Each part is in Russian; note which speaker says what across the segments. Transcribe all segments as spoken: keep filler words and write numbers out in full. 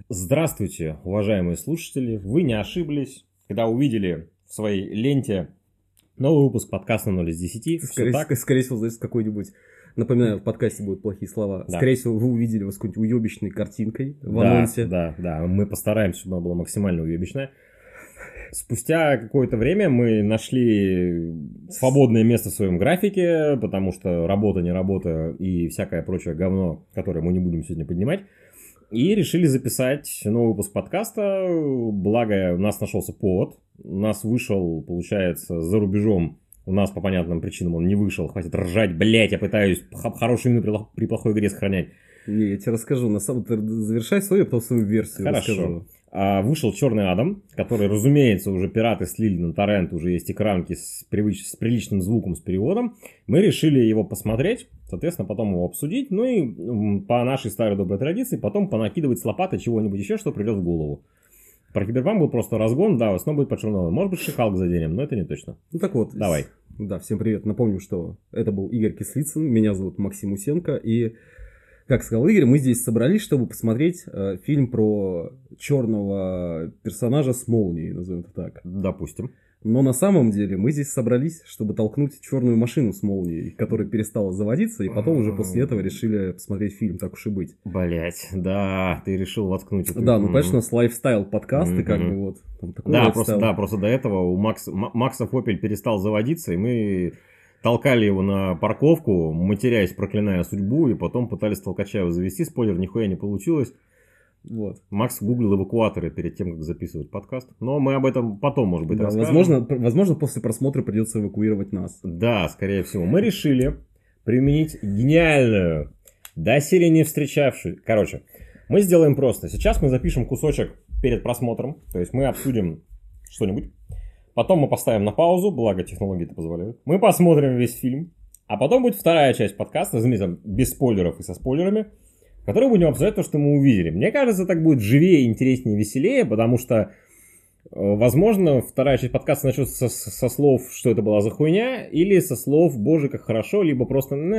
Speaker 1: Здравствуйте, уважаемые слушатели. Вы не ошиблись, когда увидели в своей ленте новый выпуск подкаста ноль из десяти.
Speaker 2: Скорее,
Speaker 1: так.
Speaker 2: скорее всего, знаешь, какой-нибудь... Напоминаю, в подкасте будут плохие слова.
Speaker 1: Да.
Speaker 2: Скорее всего, вы увидели его с какой-нибудь уебищной картинкой в
Speaker 1: да,
Speaker 2: анонсе.
Speaker 1: Да, да, мы постараемся, чтобы она была максимально уебищная. Спустя какое-то время мы нашли свободное место в своем графике, потому что работа, не работа и всякое прочее говно, которое мы не будем сегодня поднимать. И решили записать новый выпуск подкаста. Благо, у нас нашелся повод. У нас вышел, получается, за рубежом. У нас по понятным причинам он не вышел. Хватит ржать, блять, я пытаюсь хорошую мину при плохой игре сохранять.
Speaker 2: Не, я тебе расскажу. На самом деле, завершай свою, а потом свою версию
Speaker 1: Хорошо.
Speaker 2: расскажу.
Speaker 1: А, вышел Черный Адам, который, разумеется, уже пираты слили на торрент, уже есть экранки с, привыч... с приличным звуком, с переводом. Мы решили его посмотреть, соответственно, потом его обсудить, ну и по нашей старой доброй традиции потом понакидывать с лопаты чего-нибудь еще, что придет в голову. Про Киберпанк был просто разгон, да, в основном будет по Черному. Может быть, Шихалк заденем, но это не точно.
Speaker 2: Ну так вот.
Speaker 1: Давай.
Speaker 2: Да, всем привет. Напомню, что это был Игорь Кислицын, меня зовут Максим Усенко, и... Как сказал Игорь, мы здесь собрались, чтобы посмотреть э, фильм про черного персонажа с молнией, назовем это так.
Speaker 1: Допустим.
Speaker 2: Но на самом деле мы здесь собрались, чтобы толкнуть черную машину с молнией, которая перестала заводиться, и потом уже после этого решили посмотреть фильм, так уж и быть.
Speaker 1: Блять, да, ты решил воткнуть эту...
Speaker 2: Да, ну, конечно, у нас лайфстайл подкасты, mm-hmm. как бы вот. Там такой
Speaker 1: да,
Speaker 2: лайфстайл.
Speaker 1: просто, да, просто до этого у Макс, Макса Фопель перестал заводиться, и мы... Толкали его на парковку, матерясь, проклиная судьбу, и потом пытались Толкачаева завести. Спойлер, нихуя не получилось.
Speaker 2: Вот.
Speaker 1: Макс гуглил эвакуаторы перед тем, как записывать подкаст. Но мы об этом потом, может быть,
Speaker 2: да,
Speaker 1: расскажем.
Speaker 2: Возможно, возможно, после просмотра придется эвакуировать нас.
Speaker 1: Да, скорее всего. Мы решили применить гениальную, доселе не встречавшую... Короче, мы сделаем просто. Сейчас мы запишем кусочек перед просмотром. То есть мы обсудим что-нибудь. Потом мы поставим на паузу, благо технологии это позволяют. Мы посмотрим весь фильм. А потом будет вторая часть подкаста, заметим, без спойлеров и со спойлерами, в которой будем обсуждать то, что мы увидели. Мне кажется, так будет живее, интереснее, веселее, потому что, возможно, вторая часть подкаста начнется со, со слов, что это была за хуйня, или со слов «Боже, как хорошо», либо просто...
Speaker 2: Ну,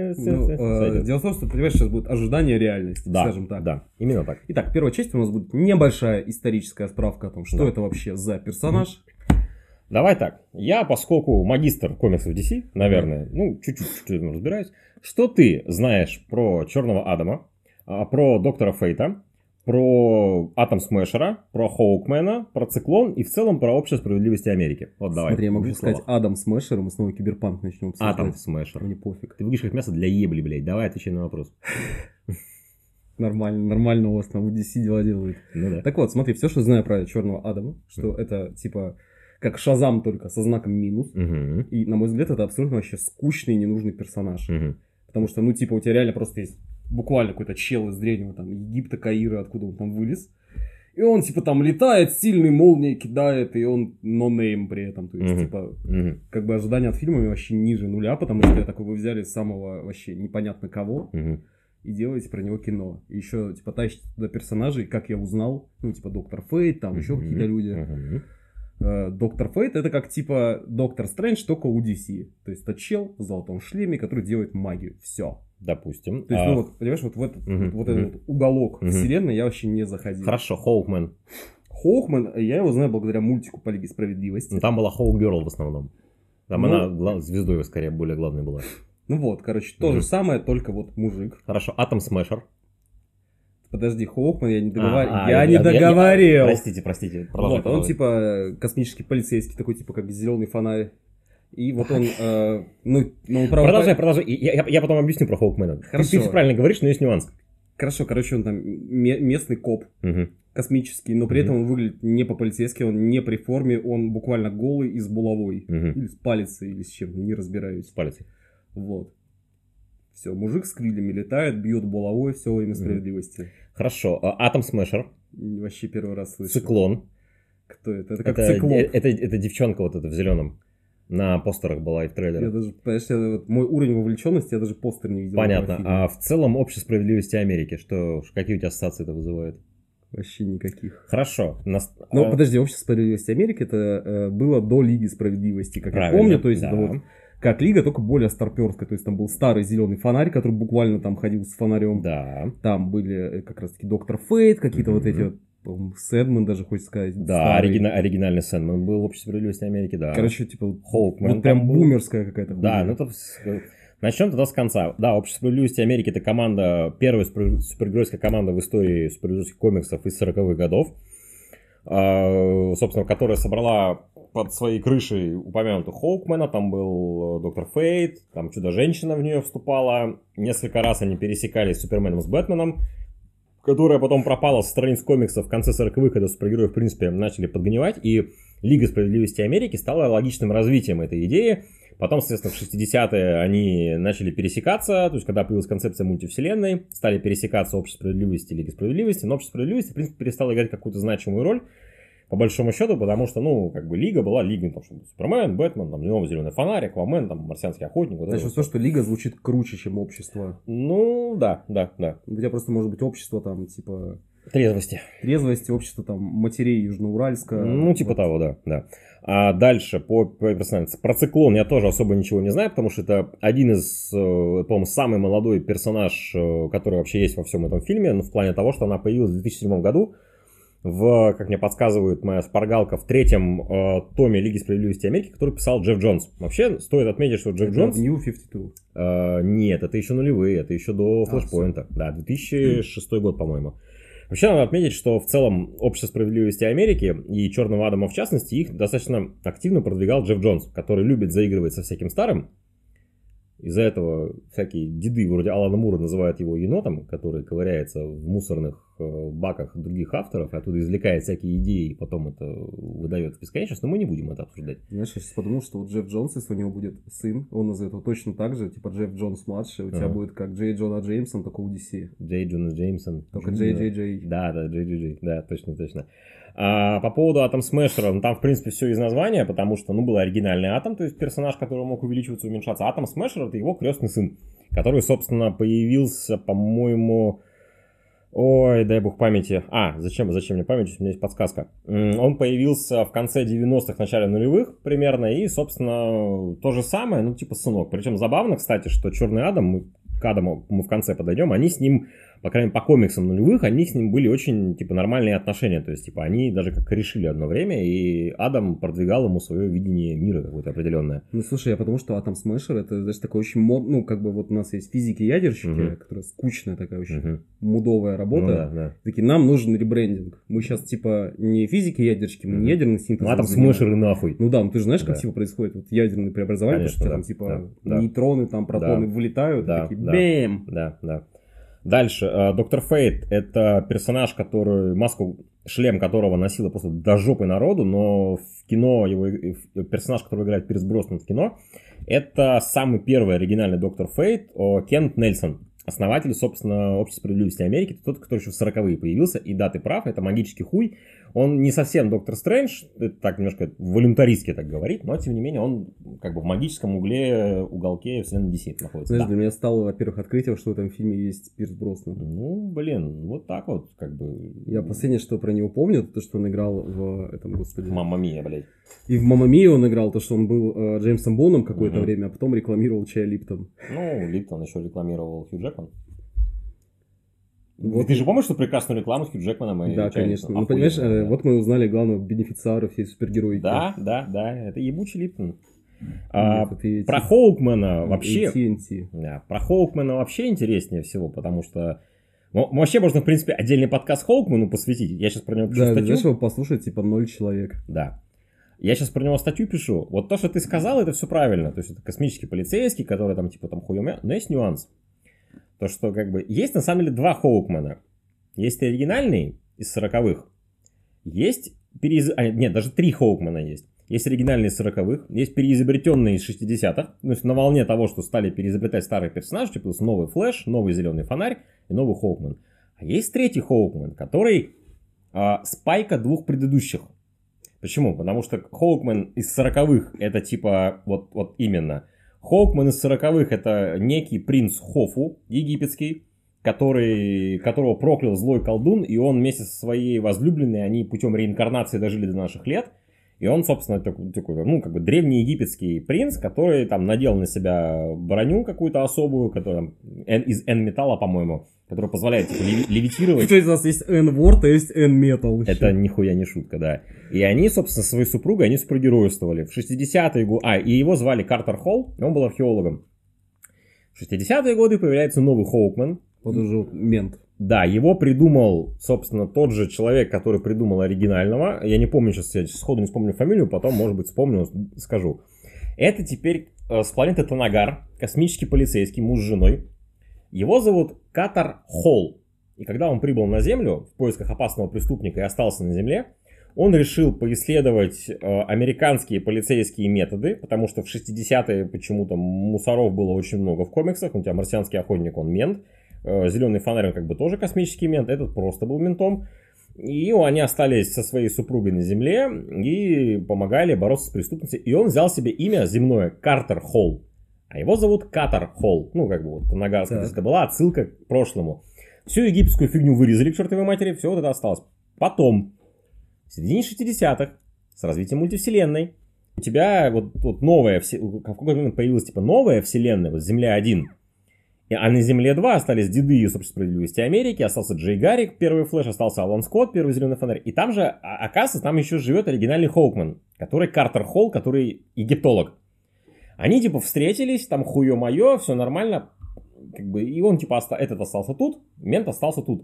Speaker 2: э, дело в том, что, понимаешь, сейчас будет ожидание реальности,
Speaker 1: да,
Speaker 2: скажем так.
Speaker 1: Да, именно так.
Speaker 2: Итак, первая часть у нас будет небольшая историческая справка о том, что
Speaker 1: да.
Speaker 2: это вообще за персонаж.
Speaker 1: Давай так, я, поскольку магистр комиксов ди си, наверное, ну, чуть-чуть разбираюсь, что ты знаешь про Черного Адама, про Доктора Фейта, про Атом Смешера, про Хоукмена, про Циклон и в целом про Общество справедливости Америки? Вот давай.
Speaker 2: Смотри, я могу сказать Адам Смешер, и мы снова Киберпанк начнем обсуждать.
Speaker 1: Атом Смешер.
Speaker 2: Мне пофиг.
Speaker 1: Ты выглядишь как мясо для ебли, блядь, давай отвечай на вопрос.
Speaker 2: Нормально, нормально у вас там в ди си дела делают.
Speaker 1: Ну да.
Speaker 2: Так вот, смотри, все, что знаю про Черного Адама, что это типа... Как Шазам, только со знаком минус.
Speaker 1: Uh-huh.
Speaker 2: И, на мой взгляд, это абсолютно вообще скучный и ненужный персонаж.
Speaker 1: Uh-huh.
Speaker 2: Потому что, ну, типа, у тебя реально просто есть буквально какой-то чел из древнего там Египта, Каира, откуда он там вылез. И он, типа, там летает, сильный молнией кидает, и он no-name при этом. То есть, uh-huh. типа, uh-huh. как бы ожидания от фильма вообще ниже нуля, потому что я такой, вы взяли самого вообще непонятно кого uh-huh. и делаете про него кино. И еще, типа, тащите туда персонажей, как я узнал, ну, типа, Доктор Фейт, там uh-huh. еще какие-то люди. Uh-huh. Доктор Фейт это как типа Доктор Стрэндж, только у ди си. То есть это чел в золотом шлеме, который делает магию. Все.
Speaker 1: Допустим.
Speaker 2: То есть,
Speaker 1: а...
Speaker 2: ну вот, понимаешь, вот в этот,
Speaker 1: uh-huh.
Speaker 2: вот, вот этот вот уголок uh-huh. вселенной я вообще не заходил.
Speaker 1: Хорошо, Хоукмен.
Speaker 2: Хоукмен, я его знаю благодаря мультику по Лиге Справедливости.
Speaker 1: Ну, там была Хоук-герл в основном. Там ну... она глав... звездой скорее более главной была.
Speaker 2: Ну вот, короче, то uh-huh. же самое, только вот мужик.
Speaker 1: Хорошо, Атом Смешер.
Speaker 2: Подожди, Хоукман, я не договорил.
Speaker 1: А,
Speaker 2: я,
Speaker 1: я
Speaker 2: не
Speaker 1: я,
Speaker 2: договорил.
Speaker 1: Я, я, простите, простите.
Speaker 2: Вот, он типа космический полицейский, такой типа как зеленый фонарь. И вот он, э, ну, ну, правда...
Speaker 1: Продолжай, продолжай. Я, я, я потом объясню про Хоукмена.
Speaker 2: Хорошо.
Speaker 1: Ты, ты все правильно говоришь, но есть нюанс.
Speaker 2: Хорошо, короче, он там местный коп,
Speaker 1: угу.
Speaker 2: космический, но при угу. этом он выглядит не по-полицейски, он не при форме, он буквально голый и с булавой.
Speaker 1: Угу.
Speaker 2: Или с палицей, или с чем, не разбираюсь.
Speaker 1: С палицей.
Speaker 2: Вот. Все, мужик с крыльями летает, бьет булавой, все во имя справедливости.
Speaker 1: Хорошо. Атом Смешер.
Speaker 2: Вообще первый раз слышу.
Speaker 1: Циклон.
Speaker 2: Кто это? Это как
Speaker 1: это,
Speaker 2: циклоп.
Speaker 1: Это, это, это девчонка вот эта в зеленом. На постерах была и в трейлере.
Speaker 2: Я даже, понимаешь, я, вот, мой уровень вовлеченности, я даже постер не видел.
Speaker 1: Понятно. А в целом Общество справедливости Америки, что, какие у тебя ассоциации это вызывает?
Speaker 2: Вообще никаких.
Speaker 1: Хорошо. Нас...
Speaker 2: Ну, а... подожди, Общество справедливости Америки это э, было до Лиги Справедливости, как
Speaker 1: Правильно,
Speaker 2: я помню. То есть
Speaker 1: да.
Speaker 2: это вот как Лига, только более старперская. То есть там был старый зеленый фонарь, который буквально там ходил с фонарем.
Speaker 1: Да.
Speaker 2: Там были как раз таки Доктор Фейт, какие-то mm-hmm. вот эти вот, Сэндман даже, хочется сказать.
Speaker 1: Да, оригина- оригинальный Сэндман был в Обществе справедливости Америки, да.
Speaker 2: Короче, типа,
Speaker 1: Хоукман
Speaker 2: вот прям был. Бумерская какая-то.
Speaker 1: Да, ну это... Начнем тогда с конца. Да, Общество справедливости Америки — это команда, первая супергеройская команда в истории супергеройских комиксов из сороковых годов, собственно, которая собрала под своей крышей упомянутого Хоукмана, там был Доктор Фейт, там Чудо-женщина в нее вступала, несколько раз они пересекались с Суперменом, с Бэтменом, которая потом пропала со страниц комиксов в конце сороковых, когда супергерои, в принципе, начали подгнивать, и Лига справедливости Америки стала логичным развитием этой идеи. Потом, соответственно, в шестидесятые они начали пересекаться, то есть, когда появилась концепция мультивселенной, стали пересекаться Общество справедливости и Лига справедливости, но Общество справедливости, в принципе, перестало играть какую-то значимую роль, по большому счету, потому что, ну, как бы, Лига была Лигой, там, что Супермен, Бэтмен, там, Новый Зеленый фонарь, Аквамен, там, Марсианский охотник. Вот
Speaker 2: Значит, то, что Лига звучит круче, чем Общество.
Speaker 1: Ну, да, да, да.
Speaker 2: У тебя просто может быть Общество, там, типа...
Speaker 1: Трезвости.
Speaker 2: Трезвости, Общество, там, матерей Южноуральска.
Speaker 1: Ну, типа вот. того, да, да. А дальше, по, по персонажу. Про Циклон я тоже особо ничего не знаю, потому что это один из, по-моему, самый молодой персонаж, который вообще есть во всем этом фильме, ну, в плане того, что она появилась в две тысячи седьмом году, в, как мне подсказывает моя шпаргалка, в третьем э, томе Лиги справедливости Америки, который писал Джефф Джонс. Вообще, стоит отметить, что Джефф
Speaker 2: это
Speaker 1: Джонс...
Speaker 2: New пятьдесят два.
Speaker 1: Э, нет, это еще нулевые, это еще до Флэшпоинта. А, да, две тысячи шестой год, по-моему. Вообще, надо отметить, что в целом Общество справедливости Америки и Черного Адама в частности, их достаточно активно продвигал Джефф Джонс, который любит заигрывать со всяким старым. Из-за этого всякие деды вроде Алана Мура называют его енотом, который ковыряется в мусорных баках других авторов, и оттуда извлекает всякие идеи, и потом это выдает в бесконечность, но мы не будем это обсуждать.
Speaker 2: Знаешь, я сейчас подумал, что вот Джефф Джонс, если у него будет сын, он назовет его точно так же, типа Джефф Джонс младший, у тебя
Speaker 1: ага.
Speaker 2: будет как Джей Джона Джеймсон, только у ди си.
Speaker 1: Джей Джона Джеймсон.
Speaker 2: Только Джей Джей Джей.
Speaker 1: Да, да, Джей Джей Джей, да, точно, точно. А по поводу Атом Смешера, ну, там, в принципе, все из названия, потому что, ну, был оригинальный Атом, то есть персонаж, который мог увеличиваться, уменьшаться. Атом Смешер — это его крестный сын, который, собственно, появился, по-моему... Ой, дай бог памяти. А, зачем, зачем мне память? У меня есть подсказка. Он появился в конце девяностых, начале нулевых примерно, и, собственно, то же самое, ну, типа сынок. Причем забавно, кстати, что Черный Адам, мы к Адаму мы в конце подойдем, они с ним, по крайней мере, по комиксам нулевых, они с ним были очень, типа, нормальные отношения. То есть, типа, они даже как решили одно время, и Адам продвигал ему свое видение мира какое-то определенное.
Speaker 2: Ну, слушай, я потому что Атом Смешер, это, знаешь, такой очень мод... Ну, как бы вот у нас есть физики-ядерщики, uh-huh. которая скучная такая очень uh-huh. мудовая работа. Ну, да, да. Такие, нам нужен ребрендинг. Мы сейчас, типа, не физики-ядерщики, мы uh-huh. не ядерный синтез.
Speaker 1: Ну, Атом Смешер и нахуй.
Speaker 2: Ну да, ну ты же знаешь, как, да. типа, происходит вот ядерное преобразование, конечно, потому что да, там, типа, да, нейтроны, там, протоны да, вылетают, да, и такие,
Speaker 1: да,
Speaker 2: бэм!
Speaker 1: Да, да. Дальше, Доктор Фейт — это персонаж, который, маску, шлем которого носила просто до жопы народу, но в кино, его персонаж, который играет Пирс Броснан в кино, это самый первый оригинальный Доктор Фейт, Кент Нельсон, основатель, собственно, Общества справедливости Америки, тот, который еще в сороковые появился, и да, ты прав, это магический хуй. Он не совсем Доктор Стрэндж, это так немножко волюнтаристски так говорить, но тем не менее он как бы в магическом угле, уголке вселенной ди си находится.
Speaker 2: Знаешь,
Speaker 1: да.
Speaker 2: для меня стало, во-первых, открытием, что в этом фильме есть Пирс Броснан.
Speaker 1: Ну, блин, вот так вот, как бы...
Speaker 2: Я последнее, что про него помню, то, что он играл в этом, господи...
Speaker 1: Мамма Мия, блядь.
Speaker 2: И в Мамма Мия он играл, то, что он был э, Джеймсом Бондом какое-то угу. время, а потом рекламировал чай Липтон.
Speaker 1: Ну, Липтон еще рекламировал Хью Джекман. Вот. Ты же помнишь, что прекрасную рекламу с Хью Джекманом? И
Speaker 2: да, конечно. Ну, понимаешь, да. вот мы узнали главного бенефициара всей супергероики.
Speaker 1: Да, да, да, это ебучий Липтон. А, это про Хоукмана вообще...
Speaker 2: ти эн ти.
Speaker 1: Да, про Хоукмана вообще интереснее всего, потому что... Ну, вообще можно, в принципе, отдельный подкаст Хоукману посвятить. Я сейчас про него пишу
Speaker 2: да,
Speaker 1: статью.
Speaker 2: Да, знаешь, его послушать, типа, ноль человек.
Speaker 1: Да. Я сейчас про него статью пишу. Вот то, что ты сказал, это все правильно. То есть, это космический полицейский, который там, типа, там, хуемя. Но есть нюанс. То, что, как бы, есть, на самом деле, два Хоукмана. Есть оригинальный из сороковых. Есть переиз... а, нет, даже три Хоукмана есть. Есть оригинальный из сороковых. Есть переизобретенный из шестидесятых. То есть, на волне того, что стали переизобретать старые персонажи, типа, новый Флэш, новый Зеленый фонарь и новый Хоукман. А есть третий Хоукман, который а, спайка двух предыдущих. Почему? Потому что Хоукман из сороковых это, типа, вот, вот именно... Хоукман из сороковых это некий принц Хофу, египетский, который, которого проклял злой колдун, и он вместе со своей возлюбленной, они путем реинкарнации дожили до наших лет, И он, собственно, такой, такой, ну, как бы древнеегипетский принц, который там надел на себя броню какую-то особую, которая из N-металла, по-моему, которая позволяет типа, леви- левитировать.
Speaker 2: То есть у нас есть N-Word, а есть N-Metal.
Speaker 1: Это нихуя не шутка, да. И они, собственно, своей супругой, они супругеройствовали. В шестидесятые годы... А, и его звали Картер Холл, и он был археологом. В шестидесятые годы появляется новый Хоукман.
Speaker 2: Вот уже вот мент.
Speaker 1: Да, его придумал, собственно, тот же человек, который придумал оригинального. Я не помню сейчас, я сходу не вспомню фамилию, потом, может быть, вспомню, скажу. Это теперь э, с планеты Танагар, космический полицейский, муж с женой. Его зовут Катар Холл. И когда он прибыл на Землю в поисках опасного преступника и остался на Земле, он решил поисследовать э, американские полицейские методы, потому что в шестидесятые почему-то мусоров было очень много в комиксах. У тебя марсианский охотник, он мент. Зеленый фонарь, он как бы тоже космический мент, этот просто был ментом. И они остались со своей супругой на земле и помогали бороться с преступностью. И он взял себе имя земное Картер Холл. А его зовут Катар Холл. Ну, как бы вот танагарская, это была отсылка к прошлому. Всю египетскую фигню вырезали к чертовой матери, все вот это осталось. Потом, в середине шестидесятых, с развитием мультивселенной, у тебя вот, вот новая, в какой-то момент появилась типа новая вселенная, вот Земля один. А на Земле два остались деды и собственно справедливости Америки, остался Джей Гаррик, первый Флэш, остался Алан Скотт, первый Зеленый фонарь. И там же, оказывается, там еще живет оригинальный Хоукман, который Картер Холл, который египтолог. Они типа встретились, там хуё-моё, все нормально. Как бы, и он типа, оста- этот остался тут, мент остался тут.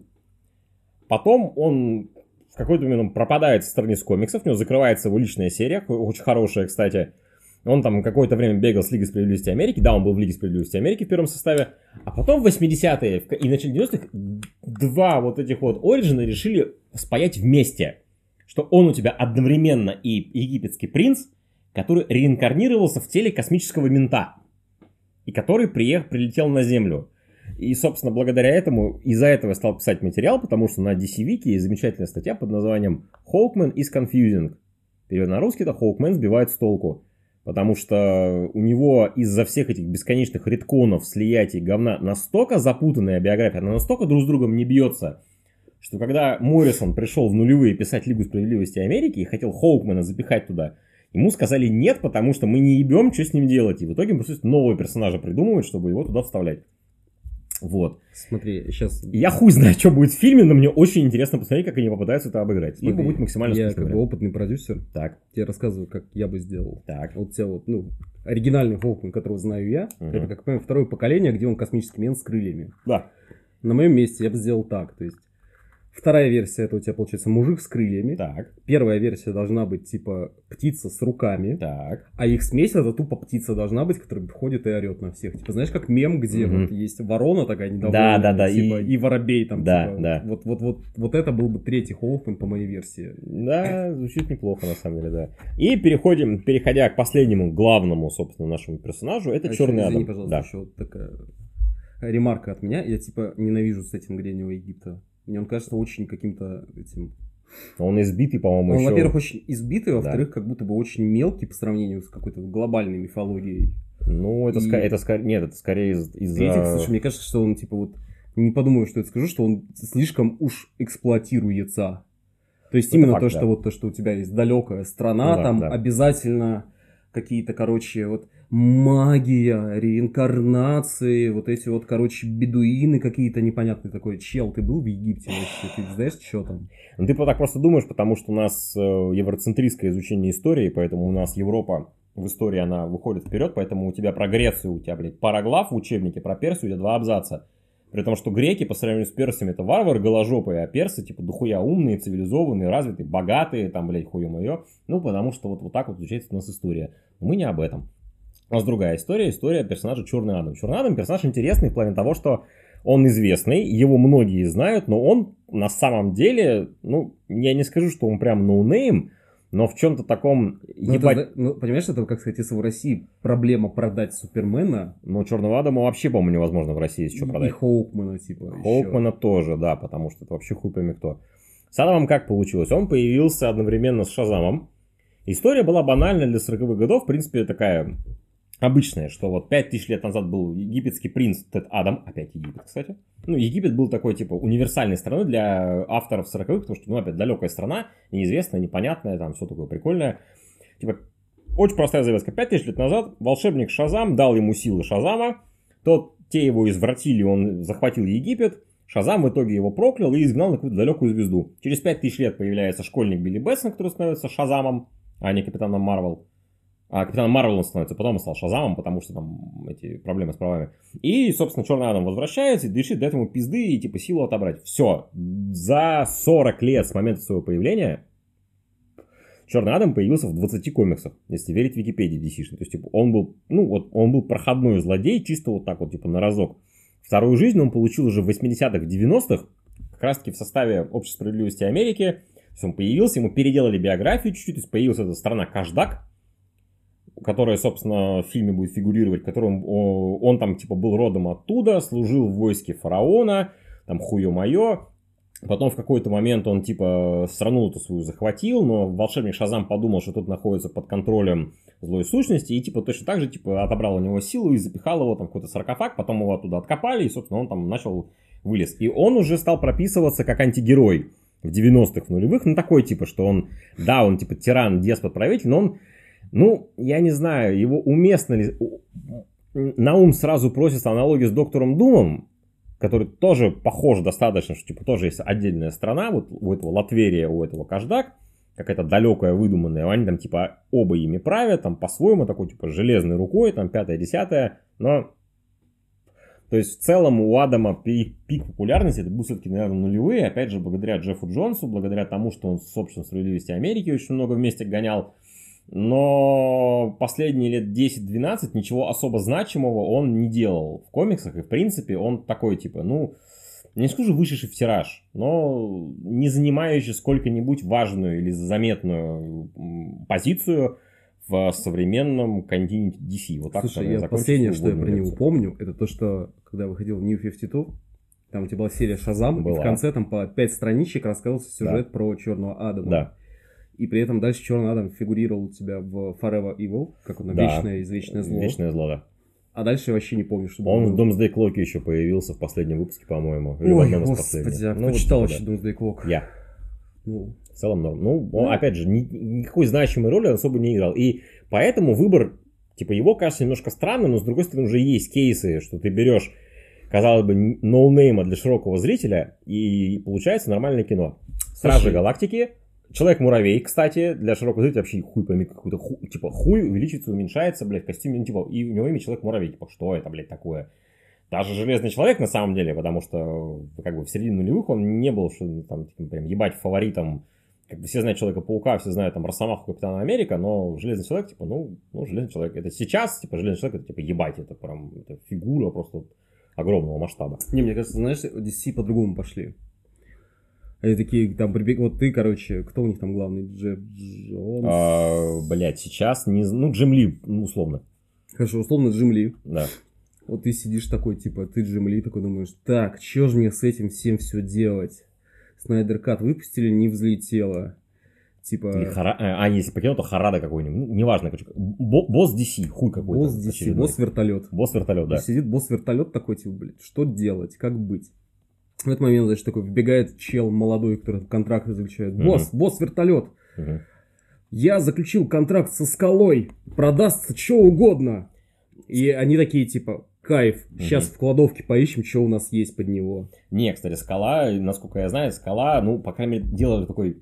Speaker 1: Потом он в какой-то момент пропадает со страниц комиксов, у него закрывается его личная серия, очень хорошая, кстати. Он там какое-то время бегал с Лигой Справедливости Америки. Да, он был в Лиге Справедливости Америки в первом составе. А потом в восьмидесятые и начале девяностых два вот этих вот Ориджина решили спаять вместе. Что он у тебя одновременно и египетский принц, который реинкарнировался в теле космического мента. И который приехал, прилетел на Землю. И, собственно, благодаря этому, из-за этого я стал писать материал, потому что на ди си Wiki есть замечательная статья под названием «Hawkman is confusing». Перевод на русский — это «Hawkman сбивает с толку». Потому что у него из-за всех этих бесконечных редконов, слиятий, говна настолько запутанная биография, она настолько друг с другом не бьется, что когда Моррисон пришел в нулевые писать Лигу Справедливости Америки и хотел Хоукмана запихать туда, ему сказали нет, потому что мы не ебем, что с ним делать. И в итоге просто нового персонажа придумывают, чтобы его туда вставлять. Вот.
Speaker 2: Смотри, сейчас...
Speaker 1: Я хуй знаю, что будет в фильме, но мне очень интересно посмотреть, как они попытаются это обыграть.
Speaker 2: Смотри,
Speaker 1: и будет максимально
Speaker 2: я
Speaker 1: скучно.
Speaker 2: как бы опытный продюсер.
Speaker 1: Так.
Speaker 2: Тебе рассказываю, как я бы сделал.
Speaker 1: Так.
Speaker 2: Вот тебя вот, ну, оригинальный Хоукман, которого знаю я,
Speaker 1: Угу.
Speaker 2: это, как понимаю, второе поколение, где он космический мент с крыльями.
Speaker 1: Да.
Speaker 2: На моем месте я бы сделал так, то есть вторая версия — это у тебя получается мужик с крыльями.
Speaker 1: Так.
Speaker 2: Первая версия должна быть типа птица с руками.
Speaker 1: Так.
Speaker 2: А их смесь — это тупо птица должна быть, которая ходит и орет на всех. Типа, знаешь, как мем, где
Speaker 1: Мгм.
Speaker 2: вот есть ворона такая недовольная,
Speaker 1: Да, да, да,
Speaker 2: типа,
Speaker 1: и-
Speaker 2: и... воробей там.
Speaker 1: Да,
Speaker 2: типа,
Speaker 1: да.
Speaker 2: Вот, вот, вот, вот это был бы третий Хоукман по моей версии.
Speaker 1: Да, звучит неплохо на самом деле, да. И переходим, переходя к последнему главному, собственно, нашему персонажу, это
Speaker 2: А еще,
Speaker 1: Черный
Speaker 2: извини,
Speaker 1: Адам.
Speaker 2: пожалуйста,
Speaker 1: Да.
Speaker 2: еще вот такая ремарка от меня. Я типа ненавижу сеттинг Древнего Египта. Мне он кажется очень каким-то этим...
Speaker 1: Он избитый, по-моему,
Speaker 2: Он,
Speaker 1: еще.
Speaker 2: во-первых, очень избитый,
Speaker 1: Да.
Speaker 2: во-вторых, как будто бы очень мелкий по сравнению с какой-то глобальной мифологией.
Speaker 1: Ну, это,
Speaker 2: И-
Speaker 1: ска- это скорее... Нет, это скорее из- из-за...
Speaker 2: Третьих, слушай, мне кажется, что он типа вот... Не подумаю, что это скажу, что он слишком уж эксплуатируется. То есть
Speaker 1: Это
Speaker 2: именно
Speaker 1: факт,
Speaker 2: то,
Speaker 1: да.
Speaker 2: что вот то, что у тебя есть далекая страна,
Speaker 1: Ну да,
Speaker 2: там
Speaker 1: да.
Speaker 2: обязательно какие-то, короче, вот магия, реинкарнации, вот эти вот, короче, бедуины какие-то непонятные. Такой, чел, ты был в Египте вообще? Ты знаешь, что там?
Speaker 1: Ну, ты так просто думаешь, потому что у нас э, евроцентристское изучение истории, поэтому у нас Европа в истории, она выходит вперед, поэтому у тебя про Грецию, у тебя, блядь, пара глав в учебнике, про Персию у тебя два абзаца. При том, что греки по сравнению с персами это варвары голожопые, а персы типа дохуя умные, цивилизованные, развитые, богатые, там, блядь, хуё-моё. Ну, потому что вот, вот так вот изучается у нас история. Но мы не об этом. У нас другая история, история персонажа Черный Адам. Черный Адам персонаж интересный в плане того, что он известный, его многие знают, но он на самом деле, ну, я не скажу, что он прям ноунейм, но в чем-то таком
Speaker 2: Ну,
Speaker 1: ебать...
Speaker 2: это, ну, понимаешь, это, как сказать, если в России проблема продать Супермена
Speaker 1: Ну, Черного Адама вообще, по-моему, невозможно в России еще
Speaker 2: и,
Speaker 1: продать.
Speaker 2: и Хоукмана, типа,
Speaker 1: Хоукмана тоже, да, потому что это вообще хуй пойми кто. С Адамом как получилось? Он появился одновременно с Шазамом. История была банальная для сороковых годов, в принципе, такая обычная, что вот пять тысяч лет назад был египетский принц Тет Адам, опять Египет, кстати. Ну, Египет был такой, типа, универсальной страной для авторов сороковых, потому что, ну, опять, далекая страна, неизвестная, непонятная, там все такое прикольное. Типа, очень простая завязка. Пять тысяч лет назад волшебник Шазам дал ему силы Шазама. Тот, те его извратили, он захватил Египет. Шазам в итоге его проклял и изгнал на какую-то далекую звезду. Через пять тысяч лет появляется школьник Билли Бэтсон, который становится Шазамом, а не Капитаном Марвел. А Капитаном Марвел он становится, потом он стал Шазамом, потому что там эти проблемы с правами. И, собственно, Черный Адам возвращается и решит дать ему пизды и типа силу отобрать. Все. За сорок лет с момента своего появления Черный Адам появился в двадцати комиксах, если верить Википедии ди си. То есть, типа, он был, ну, вот, он был проходной злодей, чисто вот так вот, типа, на разок. Вторую жизнь он получил уже в восьмидесятых, девяностых, как раз таки в составе Общества справедливости Америки. То есть, он появился, ему переделали биографию чуть-чуть, то есть, появилась эта страна Кашдак, которая, собственно, в фильме будет фигурировать, которым он, он там, типа, был родом оттуда, служил в войске фараона, там, хуё-моё. Потом в какой-то момент он, типа, страну-то свою захватил, но волшебник Шазам подумал, что тут находится под контролем злой сущности, и, типа, точно так же, типа, отобрал у него силу и запихал его там в какой-то саркофаг, потом его оттуда откопали, и, собственно, он там начал вылез. И он уже стал прописываться как антигерой в девяностых, в нулевых, ну, такой, типа, что он, да, он, типа, тиран, деспот, правитель, но он, ну, я не знаю, его уместно ли, на ум сразу просится аналогия с Доктором Думом, который тоже похож достаточно, что типа тоже есть отдельная страна, вот у этого Латверия, у этого Кашдак, какая-то далекая, выдуманная, они там типа оба ими правят, там по-своему такой типа железной рукой, там пятое-десятое, но то есть в целом у Адама пик, пик популярности, это был все-таки, наверное, нулевые, опять же, благодаря Джеффу Джонсу, благодаря тому, что он с Обществом справедливости Америки очень много вместе гонял. Но последние лет десять-двенадцать ничего особо значимого он не делал в комиксах. И в принципе он такой типа, ну, не скажу вышедший в тираж, но не занимающий сколько-нибудь важную или заметную позицию в современном континенте ди си. Вот так.
Speaker 2: Слушай, я последнее, что я про него помню, это то, что когда выходил New пятьдесят два, там у тебя была серия Шазам, была. И в конце там по пять страничек рассказывался сюжет, да, про Черного Адама.
Speaker 1: Да.
Speaker 2: И при этом дальше Черный Адам фигурировал у тебя в Forever Evil, как он, да, вечное, извечное зло.
Speaker 1: Вечное зло, да.
Speaker 2: А дальше я вообще не помню, что было.
Speaker 1: Он в Doomsday Clock еще появился в последнем выпуске, по-моему. Или
Speaker 2: Ой,
Speaker 1: в одном из
Speaker 2: господи,
Speaker 1: последних.
Speaker 2: а кто
Speaker 1: ну,
Speaker 2: читал
Speaker 1: вот,
Speaker 2: вообще
Speaker 1: да.
Speaker 2: Doomsday Clock?
Speaker 1: Я.
Speaker 2: Ну,
Speaker 1: в целом норм. Ну, он, да, опять же, ни, никакой значимой роли он особо не играл. И поэтому выбор, типа, его кажется немножко странным, но с другой стороны уже есть кейсы, что ты берешь, казалось бы, ноунейма для широкого зрителя, и получается нормальное кино. Стражи Галактики. Человек-муравей, кстати, для широкого зрителя вообще хуй пойми, какой-то хуй, типа хуй увеличивается, уменьшается, блядь, в костюме, ну, типа, и у него имя Человек-муравей, типа, что это, блядь, такое? Даже Железный Человек, на самом деле, потому что, как бы, в середине нулевых он не был, что там, типа, прям, ебать, фаворитом, как бы, все знают Человека-паука, все знают, там, Росомаху, Капитана Америка, но Железный Человек, типа, ну, ну, Железный Человек, это сейчас, типа, Железный Человек, это, типа, ебать, это прям, это фигура просто огромного масштаба.
Speaker 2: Не, мне кажется, знаешь, ди си по-другому пошли. Они такие, там, прибег... вот ты, короче, кто у них там главный? Джефф Джонс?
Speaker 1: А, блядь, сейчас, не... ну, Джим Ли, условно.
Speaker 2: Хорошо, условно Джим Ли.
Speaker 1: Да.
Speaker 2: Вот ты сидишь такой, типа, ты Джим Ли, такой думаешь, так, чё же мне с этим всем все делать? Снайдер Кат выпустили, не взлетело. Типа...
Speaker 1: Или Хара... А, если покинул, то Харада какой-нибудь. Ну, неважно, короче. Босс ди си, хуй какой-то.
Speaker 2: Босс ди си, босс-вертолет.
Speaker 1: Босс-вертолет, да.
Speaker 2: Сидит босс-вертолет такой, типа, блядь, что делать, как быть? В этот момент, значит, такой вбегает чел молодой, который контракт заключает. Босс, uh-huh. босс-вертолет. Uh-huh. Я заключил контракт со скалой. Продастся что угодно. И они такие, типа, кайф. Сейчас uh-huh. в кладовке поищем, что у нас есть под него.
Speaker 1: Не, кстати, скала, насколько я знаю, скала, ну, по крайней мере, делали такой...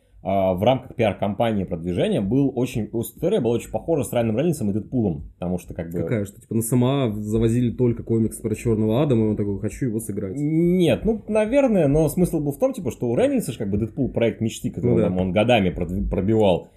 Speaker 1: в рамках пиар-компании продвижения был очень... История была очень похожа с Райаном Рейнольдсом и Дэдпулом, потому что как бы...
Speaker 2: Какая? Что типа на сама завозили только комикс про Черного Адама, и он такой, хочу его сыграть.
Speaker 1: Нет, ну, наверное, но смысл был в том, типа, что у Рейнольдса же как бы Дэдпул проект мечты, который ну, да. там, он годами пробивал.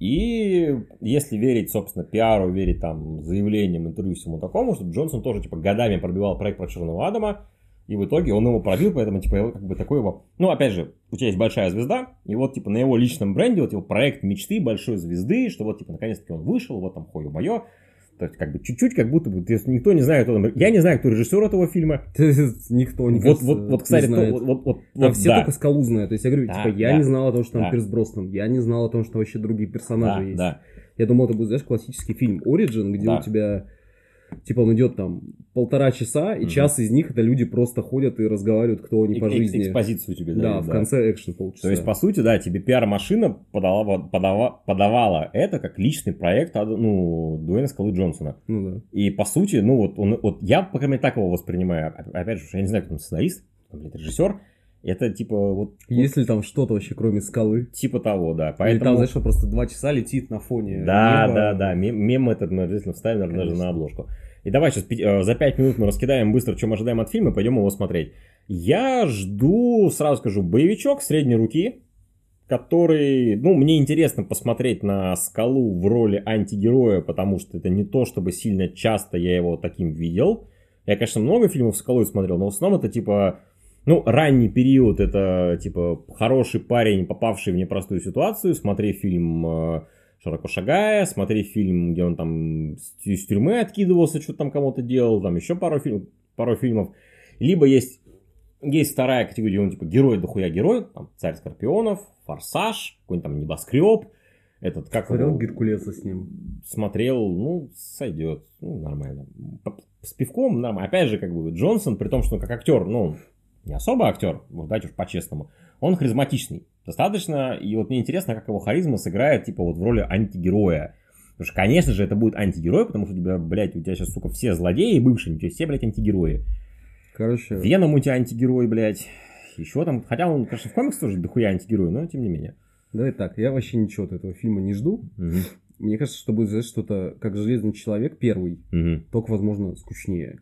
Speaker 1: И если верить, собственно, пиару, верить там заявлениям, интервью всему такому, что Джонсон тоже типа годами пробивал проект про Черного Адама. И в итоге он его пробил, поэтому, типа, как бы такой его... Ну, опять же, у тебя есть большая звезда, и вот, типа, на его личном бренде, вот его проект мечты большой звезды, что вот, типа, наконец-таки он вышел, вот там хою-моё. То есть, как бы, чуть-чуть, как будто бы, никто не знает, кто там... Я не знаю, кто режиссер этого фильма.
Speaker 2: Никто не
Speaker 1: вот, вот, вот, кстати,
Speaker 2: знает.
Speaker 1: То, вот, вот,
Speaker 2: а
Speaker 1: вот,
Speaker 2: все
Speaker 1: да.
Speaker 2: только Скалу знают. То есть, я говорю,
Speaker 1: да,
Speaker 2: типа, я
Speaker 1: да.
Speaker 2: не знал о том, что там
Speaker 1: да.
Speaker 2: Пирс Броснан, я не знал о том, что вообще другие персонажи
Speaker 1: да,
Speaker 2: есть.
Speaker 1: Да.
Speaker 2: Я думал, это будет, знаешь, классический фильм Origin, где
Speaker 1: да.
Speaker 2: у тебя... Типа он идет там полтора часа, и mm-hmm. час из них это люди просто ходят и разговаривают, кто они по жизни.
Speaker 1: Экспозицию тебе
Speaker 2: дают. Да, в
Speaker 1: да.
Speaker 2: конце экшен полчаса.
Speaker 1: То есть, по сути, да, тебе пиар-машина подала, подава, подавала это как личный проект, ну, Дуэйна Скалы Джонсона.
Speaker 2: Ну да.
Speaker 1: И, по сути, ну, вот, он, вот я, по крайней мере, так его воспринимаю. Опять же, я не знаю, кто там сценарист, блядь, режиссер. Это типа вот...
Speaker 2: Есть
Speaker 1: вот,
Speaker 2: ли там что-то вообще, кроме скалы?
Speaker 1: Типа того, да.
Speaker 2: Поэтому... Или там, знаешь, что просто два часа летит на фоне
Speaker 1: Да,
Speaker 2: неба.
Speaker 1: да, да. Мем, мем этот мы обязательно вставим, наверное, даже на обложку. И давай сейчас за пять минут мы раскидаем быстро, что мы ожидаем от фильма, и пойдем его смотреть. Я жду, сразу скажу, боевичок средней руки, который... Ну, мне интересно посмотреть на Скалу в роли антигероя, потому что это не то, чтобы сильно часто я его таким видел. Я, конечно, много фильмов Скалой смотрел, но в основном это типа... Ну, ранний период, это, типа, хороший парень, попавший в непростую ситуацию. Смотри фильм э, «Широко шагая», смотри фильм, где он там с тюрьмы откидывался, что-то там кому-то делал, там еще пару, фильм, пару фильмов. Либо есть, есть вторая категория, он, типа, герой дохуя герой, там, «Царь Скорпионов», «Форсаж», какой-нибудь там «Небоскреб». Этот, как
Speaker 2: Смотрел
Speaker 1: его...
Speaker 2: Геркулеса с ним?
Speaker 1: Смотрел, ну, сойдет, ну, нормально. С пивком нормально. Опять же, как бы, Джонсон, при том, что он как актер, ну... не особо актер, вот давайте уж по-честному, он харизматичный. Достаточно, и вот мне интересно, как его харизма сыграет, типа, вот в роли антигероя. Потому что, конечно же, это будет антигерой, потому что у тебя, блядь, у тебя сейчас, сука, все злодеи бывшие, у тебя все, блядь, антигерои.
Speaker 2: Короче...
Speaker 1: Веном у тебя антигерой, блядь. Еще там, хотя он, конечно, в комиксах тоже дохуя антигерой, но тем не менее.
Speaker 2: Давай так, я вообще ничего от этого фильма не жду.
Speaker 1: Угу.
Speaker 2: Мне кажется, что будет, знаешь, что-то как «Железный человек» первый,
Speaker 1: угу.
Speaker 2: только, возможно, скучнее.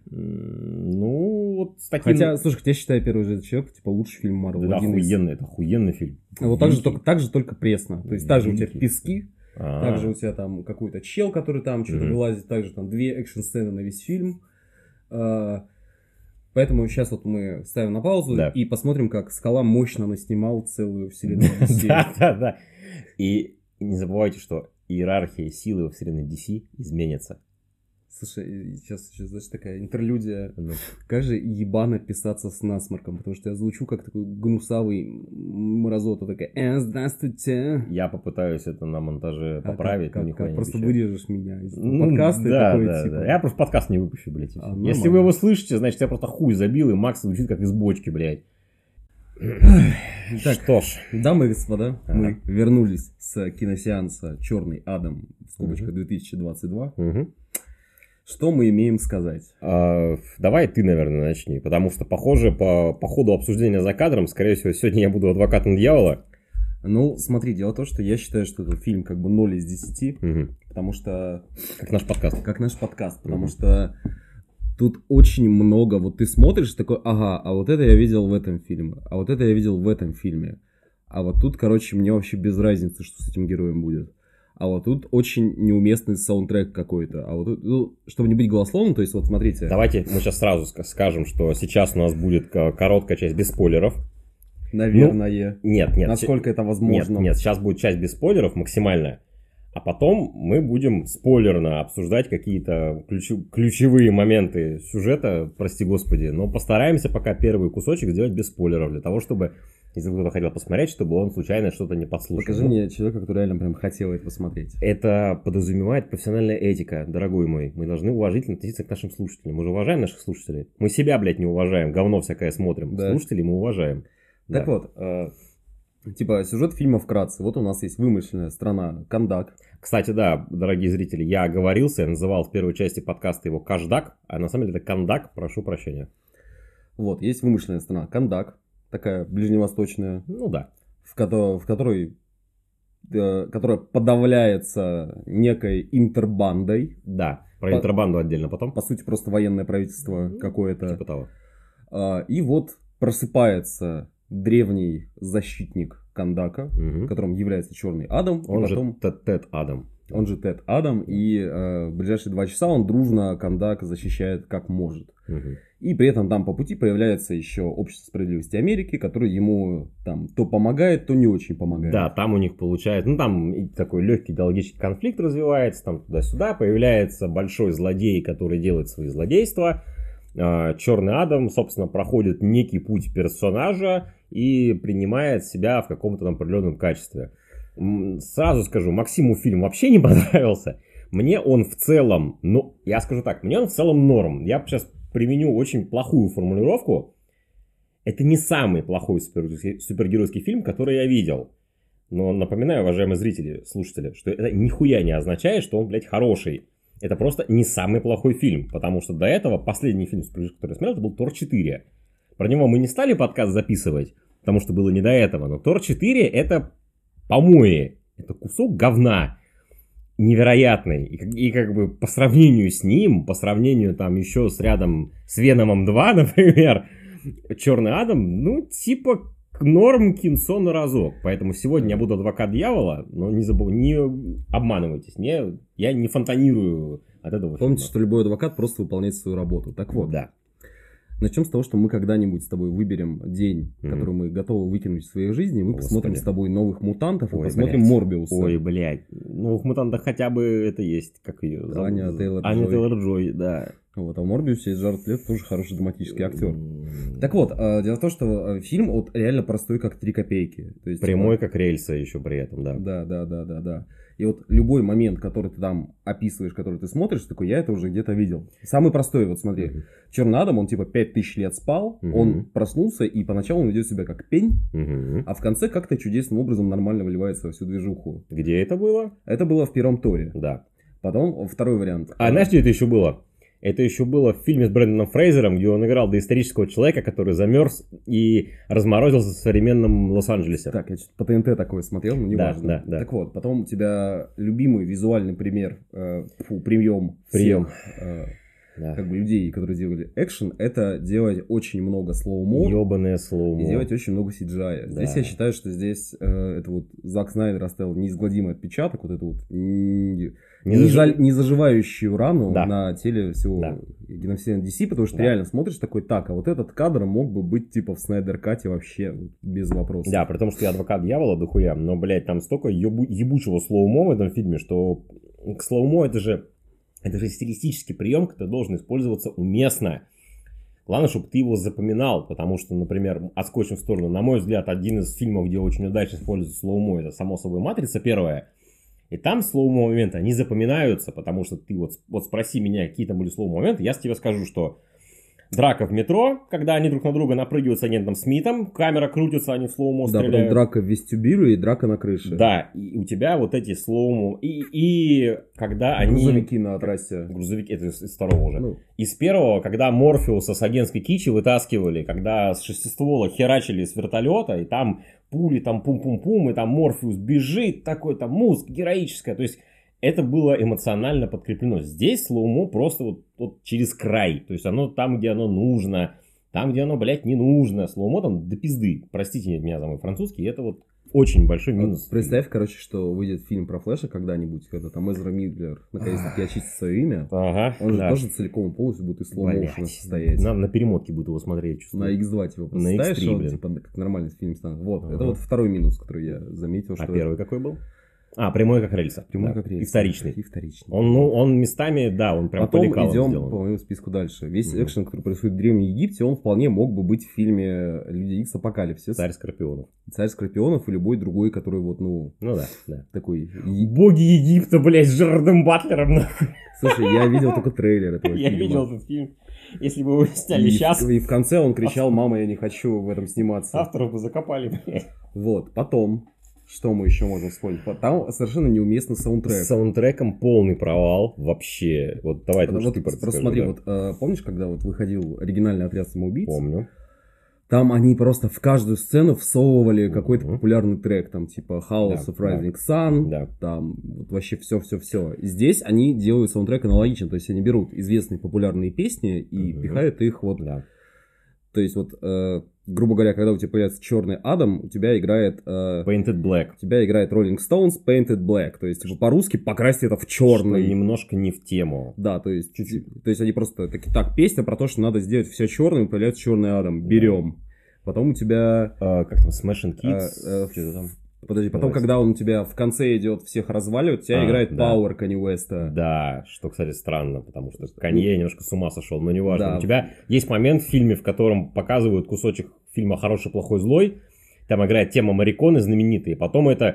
Speaker 1: Ну, вот с таким...
Speaker 2: Хотя, слушай, я считаю «Первый железный человек» типа лучший фильм Марвел.
Speaker 1: Да, охуенный, это охуенный фильм.
Speaker 2: А вот так же, только, так же, только пресно. То есть, так же у тебя пески,
Speaker 1: А-а-а.
Speaker 2: также у тебя там какой-то чел, который там что-то угу. вылазит, также там две экшн-сцены на весь фильм. Поэтому сейчас вот мы ставим на паузу
Speaker 1: да.
Speaker 2: и посмотрим, как Скала мощно наснимал целую вселенную ди си.
Speaker 1: Да, да, да. И не забывайте, что иерархия силы во вселенной ди си изменится.
Speaker 2: Слушай, сейчас, сейчас, знаешь, такая интерлюдия. Ну. Как же ебано писаться с насморком, потому что я звучу как такой гнусавый мразота, такая, э, здравствуйте.
Speaker 1: Я попытаюсь это на монтаже поправить,
Speaker 2: а как,
Speaker 1: но
Speaker 2: как, как?
Speaker 1: не
Speaker 2: Просто
Speaker 1: обещаю.
Speaker 2: вырежешь меня из
Speaker 1: ну,
Speaker 2: подкаста
Speaker 1: да,
Speaker 2: и такой,
Speaker 1: да,
Speaker 2: типа...
Speaker 1: да. Я просто подкаст не выпущу, блядь.
Speaker 2: А,
Speaker 1: Если вы его слышите, значит, я просто хуй забил, и Макс звучит как из бочки, блядь.
Speaker 2: Так,
Speaker 1: что ж,
Speaker 2: дамы и господа,
Speaker 1: ага.
Speaker 2: мы вернулись с киносеанса «Черный Адам» в скобочках
Speaker 1: угу.
Speaker 2: две тысячи двадцать два.
Speaker 1: Угу.
Speaker 2: Что мы имеем сказать?
Speaker 1: А, давай ты, наверное, начни, потому что, похоже, по, по ходу обсуждения за кадром, скорее всего, сегодня я буду адвокатом дьявола.
Speaker 2: Ну, смотри, дело в том, что я считаю, что этот фильм как бы ноль из десяти,
Speaker 1: угу.
Speaker 2: потому что...
Speaker 1: Как наш подкаст.
Speaker 2: Как наш подкаст, потому угу. что... Тут очень много, вот ты смотришь, такой, ага, а вот это я видел в этом фильме, а вот это я видел в этом фильме. А вот тут, короче, мне вообще без разницы, что с этим героем будет. А вот тут очень неуместный саундтрек какой-то. А вот тут, ну, чтобы не быть голословным, то есть вот смотрите.
Speaker 1: Давайте мы сейчас сразу скажем, что сейчас у нас будет короткая часть без спойлеров.
Speaker 2: Наверное.
Speaker 1: Ну, нет, нет.
Speaker 2: Насколько это возможно.
Speaker 1: Нет, нет, сейчас будет часть без спойлеров максимальная. А потом мы будем спойлерно обсуждать какие-то ключ... ключевые моменты сюжета, прости господи. Но постараемся пока первый кусочек сделать без спойлеров, для того, чтобы, если кто-то хотел посмотреть, чтобы он случайно что-то не подслушал.
Speaker 2: Покажи мне человека, который реально прям хотел это посмотреть.
Speaker 1: Это подразумевает профессиональная этика, дорогой мой. Мы должны уважительно относиться к нашим слушателям. Мы же уважаем наших слушателей. Мы себя, блядь, не уважаем, говно всякое смотрим. Да. Слушателей мы уважаем.
Speaker 2: Так да. вот... Э... Типа, сюжет фильма вкратце. Вот у нас есть вымышленная страна Кандак.
Speaker 1: Кстати, да, дорогие зрители, я оговорился, я называл в первой части подкаста его Каждак, а на самом деле это Кандак, прошу прощения.
Speaker 2: Вот, есть вымышленная страна Кандак, такая ближневосточная.
Speaker 1: Ну да.
Speaker 2: В, ко- в которой, э, которая подавляется некой интербандой.
Speaker 1: Да, про
Speaker 2: по-
Speaker 1: интербанду отдельно потом.
Speaker 2: По сути, просто военное правительство ну, какое-то.
Speaker 1: Типа того.
Speaker 2: А, и вот просыпается... древний защитник Кандака,
Speaker 1: угу.
Speaker 2: которым является Черный Адам.
Speaker 1: Он
Speaker 2: потом...
Speaker 1: же Тед Адам.
Speaker 2: Он же Тед Адам. И э, в ближайшие два часа он дружно Кандак защищает как может.
Speaker 1: Угу.
Speaker 2: И при этом там по пути появляется еще Общество справедливости Америки, которое ему там то помогает, то не очень помогает.
Speaker 1: Да, там у них получается, ну там такой легкий идеологический конфликт развивается, там туда-сюда появляется большой злодей, который делает свои злодейства. Черный Адам, собственно, проходит некий путь персонажа и принимает себя в каком-то там определенном качестве. Сразу скажу, Максиму фильм вообще не понравился, мне он в целом, ну, я скажу так, мне он в целом норм. Я сейчас применю очень плохую формулировку. Это не самый плохой супергеройский, супергеройский фильм, который я видел. Но напоминаю, уважаемые зрители, слушатели, что это нихуя не означает, что он, блядь, хороший. Это просто не самый плохой фильм. Потому что до этого последний фильм, который я смотрел, это был Тор четыре. Про него мы не стали подкаст записывать, потому что было не до этого. Но Тор четыре это помои. Это кусок говна. Невероятный. И, и как бы по сравнению с ним, по сравнению там еще с рядом с Веномом два, например, Черный Адам, ну, типа норм кинцо на разок. Поэтому сегодня я буду адвокат дьявола, но не, забыл, не обманывайтесь. Не, я не фонтанирую от этого.
Speaker 2: Помните,
Speaker 1: фильма.
Speaker 2: что любой адвокат просто выполняет свою работу. Так вот.
Speaker 1: Да.
Speaker 2: Начнем с того, что мы когда-нибудь с тобой выберем день, mm-hmm. который мы готовы выкинуть в своей жизни, и мы Господи. посмотрим с тобой новых мутантов. Ой, и посмотрим блядь. Морбиуса.
Speaker 1: Ой, блядь. Новых мутантов хотя бы это есть, как ее зовут?
Speaker 2: Аня Тейлор-Джой.
Speaker 1: Аня Тейлор-Джой, да.
Speaker 2: Вот, а в Морбиусе есть Джаред Лето, тоже хороший драматический актер. Mm-hmm. Так вот, дело в том, что фильм вот реально простой, как три копейки. То есть,
Speaker 1: прямой, как рельса еще при этом, да.
Speaker 2: Да, да, да, да, да. И вот любой момент, который ты там описываешь, который ты смотришь, такой, я это уже где-то видел. Самый простой, вот смотри, mm-hmm. Черный Адам, он типа пять тысяч лет спал, mm-hmm. он проснулся, и поначалу он ведет себя как пень, mm-hmm. а в конце как-то чудесным образом нормально выливается во всю движуху.
Speaker 1: Где это было?
Speaker 2: Это было в первом Торе.
Speaker 1: Да.
Speaker 2: Потом второй вариант.
Speaker 1: А знаешь, где это еще было? Это еще было в фильме с Брэндоном Фрейзером, где он играл доисторического человека, который замерз и разморозился в современном Лос-Анджелесе.
Speaker 2: Так, я что-то по ТНТ такое смотрел, но неважно.
Speaker 1: Да, да, да.
Speaker 2: Так вот, потом у тебя любимый визуальный пример, э, фу, прием,
Speaker 1: прием.
Speaker 2: Всех, э,
Speaker 1: да.
Speaker 2: как бы людей, которые делали экшен, это делать очень много слоумо.
Speaker 1: Ёбаное слоумо.
Speaker 2: И делать очень много си джи ай.
Speaker 1: Да.
Speaker 2: Здесь я считаю, что здесь э, это вот Зак Снайдер оставил неизгладимый отпечаток, вот эту вот не, не, не, заж... не заживающую рану да. на теле всего да. киновселенной ди си, потому что да. ты реально смотришь такой, так, а вот этот кадр мог бы быть типа в Снайдер-кате вообще без вопросов.
Speaker 1: Да, при том, что я адвокат дьявола дохуя, но, блядь, там столько ебу... ебучего слоумо в этом фильме, что к слоумо это же Это же стилистический прием, который должен использоваться уместно. Главное, чтобы ты его запоминал, потому что, например, отскочим в сторону, на мой взгляд, один из фильмов, где очень удачно используется слоумо, это, само собой, «Матрица» первая. И там слоумо моменты, они запоминаются, потому что ты вот, вот спроси меня, какие там были слоумо моменты, я тебе скажу, что драка в метро, когда они друг на друга напрыгивают с агентом Смитом, камера крутится, они в слоумо
Speaker 2: да,
Speaker 1: стреляют.
Speaker 2: Да, потом драка в вестибюле и драка на крыше.
Speaker 1: Да, и у тебя вот эти слоумо. И, и когда они...
Speaker 2: Грузовики на трассе.
Speaker 1: Грузовики, это из второго уже.
Speaker 2: Ну.
Speaker 1: Из первого, когда Морфеуса с агентской кичи вытаскивали, когда с шестиствола херачили с вертолета, и там пули, там пум-пум-пум, и там Морфеус бежит, такой там музыка героическая. То есть это было эмоционально подкреплено. Здесь слоумо просто вот, вот через край. То есть оно там, где оно нужно, там, где оно, блядь, не нужно. Слоумо там до пизды. Простите меня за мой французский. Это вот очень большой минус.
Speaker 2: Представь, короче, что выйдет фильм про Флэша когда-нибудь, когда там Эзра Миллер наконец-таки очистит свое имя.
Speaker 1: Ага,
Speaker 2: он же
Speaker 1: да.
Speaker 2: тоже целиком и полностью будет из слоу-моушена состоять.
Speaker 1: Нам на перемотке будет его смотреть. Чувствую.
Speaker 2: На икс два типа представляешь, что он типа как нормальный фильм станет. Вот, ага. Это вот второй минус, который я заметил.
Speaker 1: А
Speaker 2: что
Speaker 1: первый какой был? А, прямой как рельса.
Speaker 2: Прямой
Speaker 1: да.
Speaker 2: как рельса.
Speaker 1: И вторичный.
Speaker 2: И вторичный.
Speaker 1: Он, ну, он местами, да, он прям
Speaker 2: Потом
Speaker 1: по
Speaker 2: идем
Speaker 1: сделан.
Speaker 2: по моему списку дальше. Весь
Speaker 1: mm-hmm.
Speaker 2: экшен, который происходит в Древнем Египте, он вполне мог бы быть в фильме Люди Икс Апокалипсис.
Speaker 1: Царь Скорпионов.
Speaker 2: Царь Скорпионов и любой другой, который вот, ну...
Speaker 1: Ну да, да.
Speaker 2: Такой...
Speaker 1: Боги Египта, блядь, с Джерардом Батлером, нахуй.
Speaker 2: Слушай, я видел только трейлер этого фильма.
Speaker 1: Я видел этот фильм. Если бы его сняли
Speaker 2: и
Speaker 1: сейчас...
Speaker 2: В, и в конце он кричал: «Мама, я не хочу в этом сниматься».
Speaker 1: Авторов бы закопали, блядь.
Speaker 2: Вот, потом... Что мы еще можем вспомнить? Там совершенно неуместный саундтрек.
Speaker 1: С саундтреком полный провал вообще. Вот давай ты,
Speaker 2: вот,
Speaker 1: ты
Speaker 2: просто
Speaker 1: скажи,
Speaker 2: смотри,
Speaker 1: да.
Speaker 2: вот э, помнишь, когда вот выходил оригинальный «Отряд самоубийц»?
Speaker 1: Помню.
Speaker 2: Там они просто в каждую сцену всовывали mm-hmm. какой-то популярный трек, там типа House
Speaker 1: да,
Speaker 2: of Rising
Speaker 1: да.
Speaker 2: Sun,
Speaker 1: да.
Speaker 2: там вот вообще все-все-все. Здесь они делают саундтрек аналогично, то есть они берут известные популярные песни и mm-hmm. пихают их вот...
Speaker 1: Да.
Speaker 2: То есть вот, э, грубо говоря, когда у тебя появляется Черный Адам, у тебя играет... Э,
Speaker 1: Painted Black.
Speaker 2: У тебя играет Rolling Stones Painted Black. То есть типа, по-русски покрасить это в черный.
Speaker 1: Что немножко не в тему.
Speaker 2: Да, то есть чуть-чуть. То есть они просто такие, так, песня про то, что надо сделать все черным, появляется Черный Адам. Берем. Да. Потом у тебя...
Speaker 1: А, как там, Smashing Kids?
Speaker 2: А, э, что-то там. Подожди, потом, Давай. Когда он у тебя в конце идет всех разваливать, у тебя а, играет да. Power Kanye Уэста.
Speaker 1: Да, что, кстати, странно, потому что Канье немножко с ума сошел, но неважно.
Speaker 2: Да.
Speaker 1: У тебя есть момент в фильме, в котором показывают кусочек фильма «Хороший, плохой, злой». Там играет тема Мариконы знаменитые. Потом это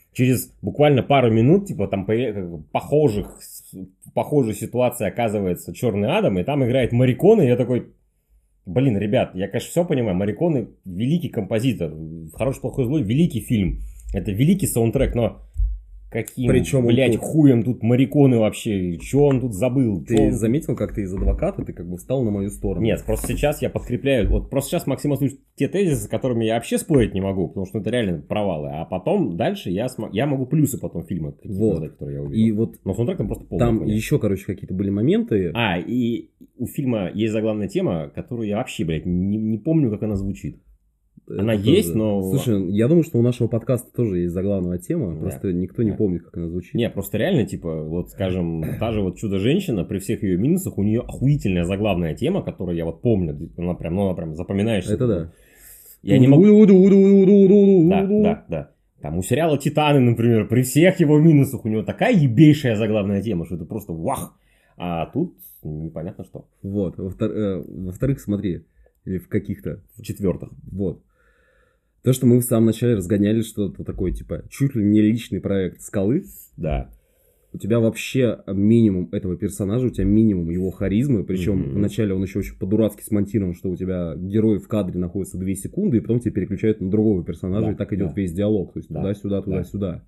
Speaker 1: через буквально пару минут, типа, там похожих, в похожей ситуации оказывается Черный Адам, и там играет Морриконе, и я такой, блин, ребят, я, конечно, все понимаю, Морриконе великий композитор, «Хороший, плохой, злой» великий фильм, это великий саундтрек, но каким,
Speaker 2: Причем
Speaker 1: блядь,
Speaker 2: тут...
Speaker 1: хуем тут Морриконе вообще, что он тут забыл?
Speaker 2: Ты
Speaker 1: он...
Speaker 2: заметил, как ты из адвоката, ты как бы встал на мою сторону?
Speaker 1: Нет, просто сейчас я подкрепляю, вот просто сейчас Максим озвучит те тезисы, с которыми я вообще спорить не могу, потому что это реально провалы, а потом дальше я, см... я могу плюсы потом фильма,
Speaker 2: вот.
Speaker 1: сказать, которые я увидел.
Speaker 2: И вот
Speaker 1: но саундтрек там просто полный.
Speaker 2: Там
Speaker 1: хуйня.
Speaker 2: еще, короче, какие-то были моменты.
Speaker 1: А, и у фильма есть заглавная тема, которую я вообще, блядь, не, не помню, как она звучит. Она
Speaker 2: Это
Speaker 1: есть,
Speaker 2: тоже...
Speaker 1: но...
Speaker 2: Слушай, я думаю, что у нашего подкаста тоже есть заглавная тема,
Speaker 1: Да.
Speaker 2: просто никто не
Speaker 1: Да.
Speaker 2: помнит, как она звучит.
Speaker 1: Не, просто реально, типа, вот, скажем, та же вот «Чудо-женщина», при всех ее минусах, у нее охуительная заглавная тема, которую я вот помню, она прям, ну, она прям запоминаешься.
Speaker 2: Это да.
Speaker 1: Я не могу... Да, да, да. Там у сериала «Титаны», например, при всех его минусах у него такая ебейшая заглавная тема, что это просто вах. А тут непонятно что.
Speaker 2: Вот. Во-втор... э, Во-вторых, смотри, или в каких-то...
Speaker 1: В-четвертых.
Speaker 2: Вот. То, что мы в самом начале разгоняли что-то такое, типа, чуть ли не личный проект «Скалы».
Speaker 1: Да.
Speaker 2: У тебя вообще минимум этого персонажа, у тебя минимум его харизмы, причем
Speaker 1: Mm-hmm.
Speaker 2: вначале он еще очень по-дурацки смонтирован, что у тебя герой в кадре находится две секунды, и потом тебя переключают на другого персонажа,
Speaker 1: Да,
Speaker 2: и так идет
Speaker 1: да.
Speaker 2: весь диалог, то есть
Speaker 1: Да,
Speaker 2: туда-сюда,
Speaker 1: да.
Speaker 2: туда-сюда.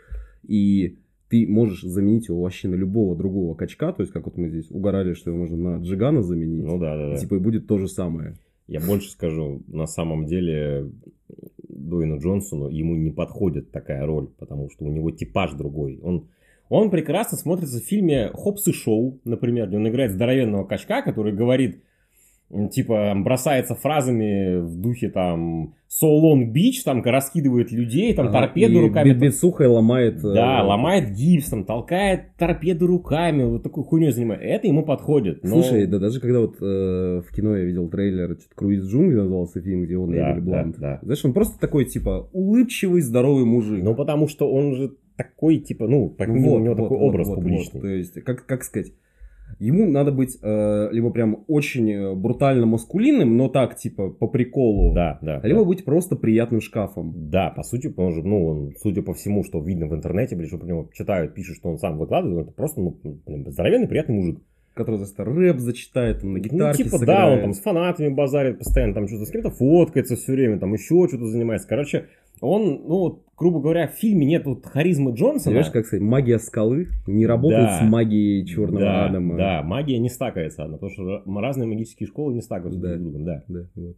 Speaker 2: И ты можешь заменить его вообще на любого другого качка, то есть как вот мы здесь угорали, что его можно на Джигана заменить,
Speaker 1: Ну да, да,
Speaker 2: и,
Speaker 1: да.
Speaker 2: типа и будет то же самое.
Speaker 1: Я больше скажу, на самом деле Дуэйну Джонсону ему не подходит такая роль, потому что у него типаж другой. Он, он прекрасно смотрится в фильме «Хопс и Шоу», например, где он играет здоровенного качка, который говорит, типа, бросается фразами в духе там «So long beach», там раскидывает людей, там
Speaker 2: Ага,
Speaker 1: торпеду
Speaker 2: и
Speaker 1: руками.
Speaker 2: бе- бицухой ломает...
Speaker 1: Да,
Speaker 2: э,
Speaker 1: ломает гипс, там, толкает торпеду руками, вот такой хуйней занимает. Это ему подходит. Но...
Speaker 2: Слушай, да даже когда вот э, в кино я видел трейлер, что-то «Круиз джунгли» назывался фильм, где он
Speaker 1: Да,
Speaker 2: Эмили Блант.
Speaker 1: да, да.
Speaker 2: Знаешь, он просто такой, типа, улыбчивый, здоровый мужик.
Speaker 1: Ну, потому что он же такой, типа, ну, как
Speaker 2: Ну
Speaker 1: минимум,
Speaker 2: вот,
Speaker 1: у него
Speaker 2: вот,
Speaker 1: такой
Speaker 2: вот,
Speaker 1: образ
Speaker 2: вот,
Speaker 1: публичный.
Speaker 2: вот. То есть, как, как сказать, ему надо быть э, либо прям очень брутально маскулинным, но так, типа, по приколу.
Speaker 1: Да, да.
Speaker 2: Либо
Speaker 1: да.
Speaker 2: быть просто приятным шкафом.
Speaker 1: Да, по сути, он же, ну, он, судя по всему, что видно в интернете, блин, что про него читают, пишут, что он сам выкладывает, это просто, ну, блин, здоровенный, приятный мужик.
Speaker 2: Который за рэп зачитает, там, на
Speaker 1: Ну,
Speaker 2: гитарке
Speaker 1: типа,
Speaker 2: сыграет.
Speaker 1: да, он там с фанатами базарит постоянно, там что-то с кем-то фоткается все время, там еще что-то занимается. Короче, он, ну, вот, грубо говоря, в фильме нет вот харизмы Джонсона.
Speaker 2: Понимаешь, как сказать, магия скалы не работает
Speaker 1: Да.
Speaker 2: с магией Черного
Speaker 1: да,
Speaker 2: Адама.
Speaker 1: Да, магия не стакается одна, потому что разные магические школы не стакаются
Speaker 2: Да.
Speaker 1: друг с другом, да.
Speaker 2: Да, вот.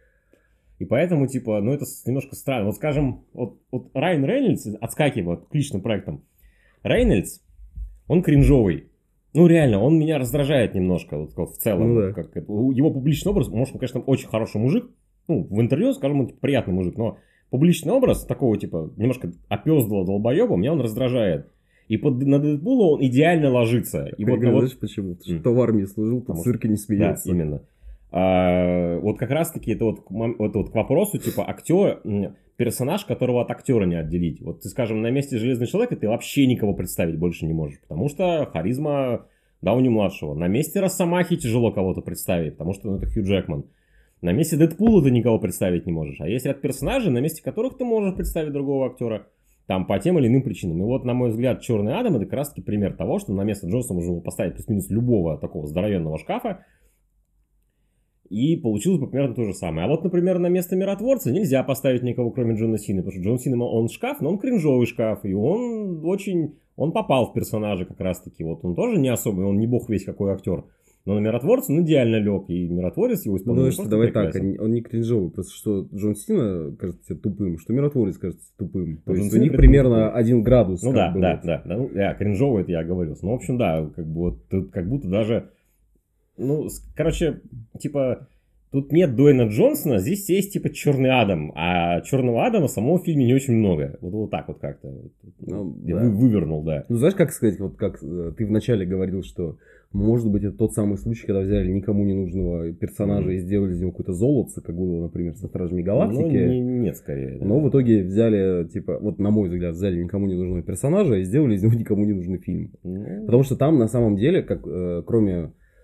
Speaker 1: И поэтому, типа, ну, это немножко странно. Вот, скажем, вот, вот Райан Рейнольдс, отскакивая к личным проектам, Рейнольдс, он кринжовый. Ну, реально, он меня раздражает немножко, вот, вот в целом.
Speaker 2: Ну, да.
Speaker 1: Вот как это. Его публичный образ, может, он, конечно, очень хороший мужик, ну, в интервью, скажем, он типа, приятный мужик, но публичный образ такого, типа, немножко опёздалого долбоеба меня он раздражает. И под, на Дэдпула он идеально ложится. И
Speaker 2: Как
Speaker 1: вот,
Speaker 2: говорят,
Speaker 1: вот,
Speaker 2: знаешь почему? Потому
Speaker 1: М.
Speaker 2: что в армии служил, тут
Speaker 1: Потому
Speaker 2: в цирке не
Speaker 1: да,
Speaker 2: смеется.
Speaker 1: именно. А, вот как раз-таки это вот, к мом- вот, вот к вопросу, типа, актер, м, персонаж, которого от актера не отделить. Вот ты, скажем, на месте Железного Человека ты вообще никого представить больше не можешь, потому что харизма Дауни-младшего. На месте Росомахи тяжело кого-то представить, потому что ну, это Хью Джекман. На месте Дэдпула ты никого представить не можешь. А есть ряд персонажей, на месте которых ты можешь представить другого актера. Там по тем или иным причинам. И вот, на мой взгляд, Черный Адам это как раз таки пример того, что на место Джонсона можно было поставить плюс-минус любого такого здоровенного шкафа. И получилось бы примерно то же самое. А вот, например, на место Миротворца нельзя поставить никого, кроме Джона Сины. Потому что Джон Сина, он шкаф, но он кринжовый шкаф. И он очень... Он попал в персонажа как раз-таки. Вот он тоже не особый, он не бог весь какой актер. Но на Миротворца он идеально лег. И Миротворец его исполнил
Speaker 2: Ну, что, давай прекрасен. так, он не кринжовый. Просто что Джон Сина кажется тебе тупым, что Миротворец кажется тупым. То
Speaker 1: Джон
Speaker 2: есть
Speaker 1: Сина
Speaker 2: у них
Speaker 1: при этом
Speaker 2: примерно
Speaker 1: тупой.
Speaker 2: один градус.
Speaker 1: Ну
Speaker 2: как
Speaker 1: да,
Speaker 2: бы
Speaker 1: да,
Speaker 2: вот.
Speaker 1: да, да. Ну, я кринжовый, это я оговорился. Ну, в общем, да, как бы вот тут как будто даже... Ну, с- короче, типа... Тут нет Дуэйна Джонсона, здесь есть типа Черный Адам, а Черного Адама самого в фильме не очень много. Вот, вот так вот как-то.
Speaker 2: Ну,
Speaker 1: Я
Speaker 2: да.
Speaker 1: вы- вывернул, да.
Speaker 2: Ну, знаешь, как сказать, вот как э, ты вначале говорил, что может быть это тот самый случай, когда взяли никому не нужного персонажа
Speaker 1: Мгм.
Speaker 2: и сделали из него какое-то золотце, как было, например, со Стражами
Speaker 1: Ну,
Speaker 2: Галактики.
Speaker 1: не- нет, скорее. да.
Speaker 2: Но в итоге взяли, типа, вот на мой взгляд, взяли никому не нужного персонажа и сделали из него никому не нужный фильм.
Speaker 1: Ну,
Speaker 2: Потому что там на самом деле, как, э, кроме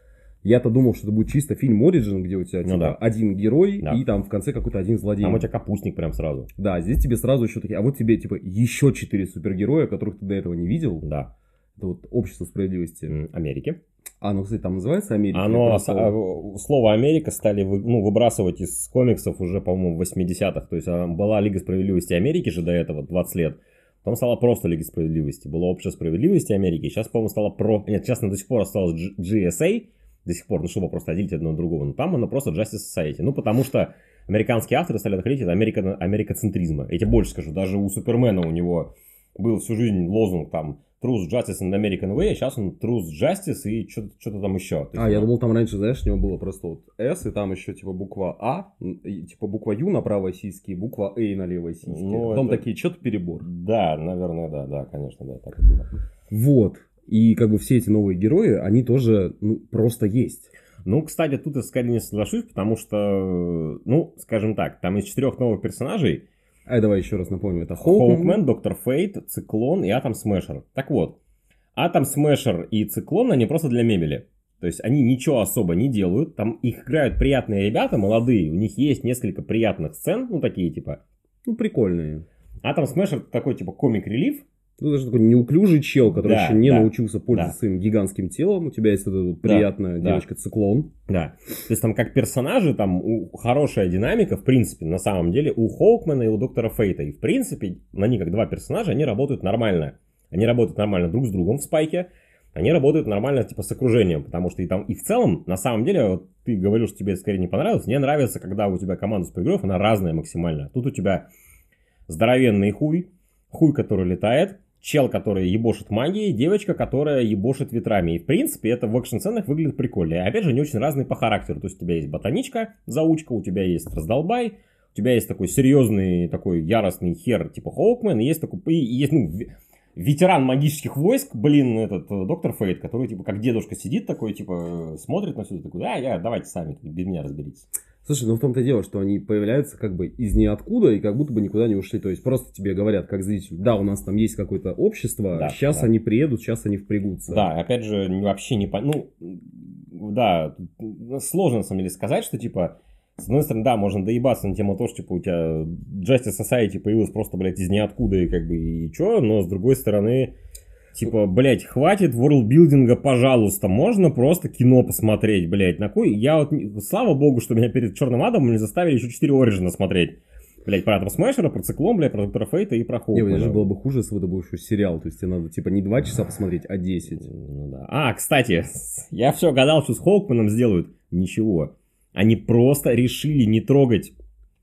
Speaker 2: Я-то думал, что это будет чисто фильм Origin, где у тебя типа,
Speaker 1: ну, да.
Speaker 2: один герой,
Speaker 1: да.
Speaker 2: и там в конце какой-то один злодей.
Speaker 1: Там у тебя капустник прям сразу.
Speaker 2: Да, здесь тебе сразу еще такие, а вот тебе типа еще четыре супергероя, которых ты до этого не видел.
Speaker 1: Да.
Speaker 2: Это вот общество справедливости.
Speaker 1: Америки.
Speaker 2: А, ну, кстати, там называется Америка.
Speaker 1: Оно, слово Америка стали вы, ну, выбрасывать из комиксов уже, по-моему, в восьмидесятых. То есть была Лига справедливости Америки же до этого, двадцать лет. Потом стала просто Лига справедливости. Было Общество справедливости Америки. Сейчас, по-моему, стало про... Нет, сейчас до сих пор осталось джи эс эй. До сих пор, ну, чтобы просто отделить одно от другого. Но там оно просто Justice Society. Ну, потому что американские авторы стали находить это америка... америкоцентризма. Я тебе больше скажу, даже у Супермена у него был всю жизнь лозунг там Truth, Justice and American Way, а сейчас он Truth, Justice и что-то, что-то там еще.
Speaker 2: А, я думал, там раньше, знаешь, у него было просто вот S, и там еще типа буква А, и, типа буква Ю на правой сиське, буква A на левой сиське. Ну, потом это... такие, что-то перебор.
Speaker 1: Да, наверное, да, да, конечно, да, так и было.
Speaker 2: Вот. И как бы все эти новые герои, они тоже ну, просто есть.
Speaker 1: Ну, кстати, тут я скорее не соглашусь, потому что, ну, скажем так, там из четырех новых персонажей
Speaker 2: А давай еще раз напомню, это
Speaker 1: Хоукмен, Доктор Фейт, Циклон и Атом Смешер. Так вот, Атом Смешер и Циклон, они просто для мебели. То есть они ничего особо не делают. Там их играют приятные ребята, молодые. У них есть несколько приятных сцен, ну такие типа.
Speaker 2: Ну прикольные.
Speaker 1: Атом Смешер такой типа комик-релив.
Speaker 2: Ну, даже такой неуклюжий чел, который да, еще не да, научился пользоваться да. своим гигантским телом. У тебя есть эта вот приятная да, девочка да. Циклон.
Speaker 1: Да. То есть там как персонажи, там у, хорошая динамика, в принципе, на самом деле, у Хоукмена и у Доктора Фейта. И в принципе, они как два персонажа, они работают нормально. Они работают нормально друг с другом в спайке. Они работают нормально типа с окружением. Потому что и там, и в целом, на самом деле, вот ты говорил, что тебе это скорее не понравилось. Мне нравится, когда у тебя команда супергероев, она разная максимально. Тут у тебя здоровенный хуй, хуй, который летает. Чел, который ебошит магией, девочка, которая ебошит ветрами. И, в принципе, это в экшн-сценах выглядит прикольно. И, опять же, они очень разные по характеру. То есть, у тебя есть ботаничка, заучка, у тебя есть раздолбай, у тебя есть такой серьезный, такой яростный хер, типа Хоукмен, и есть такой, и есть, ну, ветеран магических войск, блин, этот Доктор Фейт, который, типа, как дедушка сидит такой, типа, смотрит на все это, такой, да, я, давайте сами, без меня разберитесь.
Speaker 2: Слушай, ну в том-то и дело, что они появляются как бы из ниоткуда и как будто бы никуда не ушли. То есть просто тебе говорят, как зритель, да, у нас там есть какое-то общество, да, сейчас да. они приедут, сейчас они впрягутся.
Speaker 1: Да, опять же, вообще не понятно. Ну, да, сложно на самом деле сказать, что типа, с одной стороны, да, можно доебаться на тему того, что типа у тебя Justice Society появилась просто, блядь, из ниоткуда и как бы и чё, но с другой стороны... Типа, блядь, хватит ворлдбилдинга, пожалуйста, можно просто кино посмотреть, блядь, на кой... Я вот, слава богу, что меня перед Черным Адамом не заставили еще четыре Ориджина смотреть. Блядь, про Атом Смешера, про Циклон, блядь, про Доктора Фейта и про Хоукмена.
Speaker 2: Не, даже было бы хуже, если бы это был еще сериал, то есть тебе надо, типа, не два часа посмотреть, а десять.
Speaker 1: Ну да. А, кстати, я все гадал, что с Хоукменом сделают. Ничего. Они просто решили не трогать...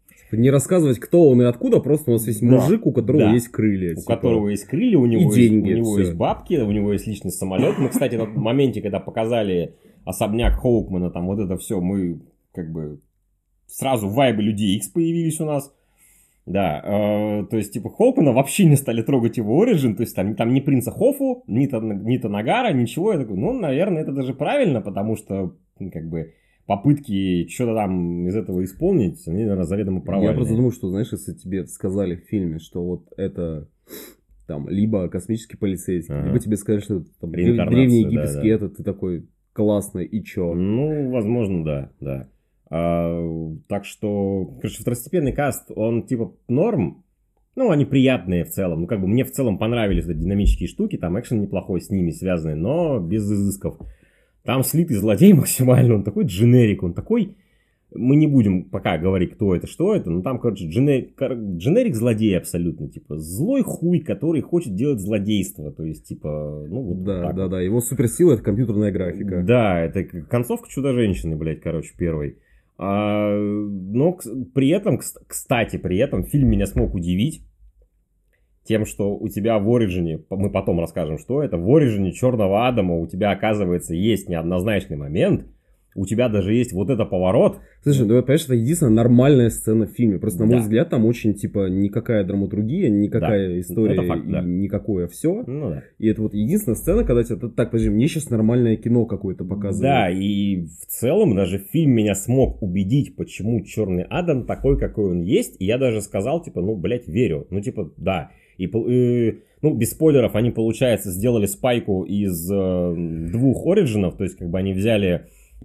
Speaker 2: Не рассказывать, кто он и откуда, просто у нас есть да, мужик, у которого да. есть крылья.
Speaker 1: У типа. которого есть крылья, у него,
Speaker 2: и
Speaker 1: есть,
Speaker 2: деньги,
Speaker 1: у него
Speaker 2: все.
Speaker 1: есть бабки, у него есть личный самолет. Мы, кстати, в моменте, когда показали особняк Хоукмена, там вот это все, мы как бы сразу вайбы Людей Икс появились у нас. Да, э, то есть, типа, Хоукмена вообще не стали трогать его Origin, то есть, там, там ни принца Хофу, ни, ни Танагара, ничего. Я такой, ну, наверное, это даже правильно, потому что, ну, как бы... попытки что-то там из этого исполнить, они, наверное, заведомо провальные.
Speaker 2: Я просто думаю, что, знаешь, если тебе сказали в фильме, что вот это там либо космический полицейский, ага. либо тебе сказали, что это там, древний египетский, да, да. это ты такой классный, и чё?
Speaker 1: Ну, возможно, да, да. А, так что, короче, второстепенный каст, он типа норм, ну, они приятные в целом. Ну, как бы мне в целом понравились эти динамические штуки, там экшен неплохой с ними связанный, но без изысков. Там слитый злодей максимально, он такой дженерик, он такой... Мы не будем пока говорить, кто это, что это, но там, короче, дженерик, дженерик злодей абсолютно, типа, злой хуй, который хочет делать злодейство, то есть, типа, ну, вот
Speaker 2: да,
Speaker 1: так
Speaker 2: да,
Speaker 1: вот.
Speaker 2: Да, его суперсила — это компьютерная графика.
Speaker 1: Да, это концовка Чудо-женщины, блядь, короче, первой. А, но при этом, кстати, при этом фильм меня смог удивить тем, что у тебя в Ориджине, мы потом расскажем, что это, в Ориджине Черного Адама у тебя, оказывается, есть неоднозначный момент, у тебя даже есть вот это поворот.
Speaker 2: Слушай, ну, понимаешь, это единственная нормальная сцена в фильме. Просто, на мой да. взгляд, там очень, типа, никакая драматургия, никакая да. история, факт, и да. никакое все.
Speaker 1: Ну, да.
Speaker 2: И это вот единственная сцена, когда тебе, так, подожди, мне сейчас нормальное кино какое-то показывают.
Speaker 1: Да, и в целом даже фильм меня смог убедить, почему Черный Адам такой, какой он есть. И я даже сказал, типа, ну, блядь, верю. Ну, типа, да. И, э, ну, без спойлеров, они, получается, сделали спайку из э, двух Ориджинов, то есть, как бы они взяли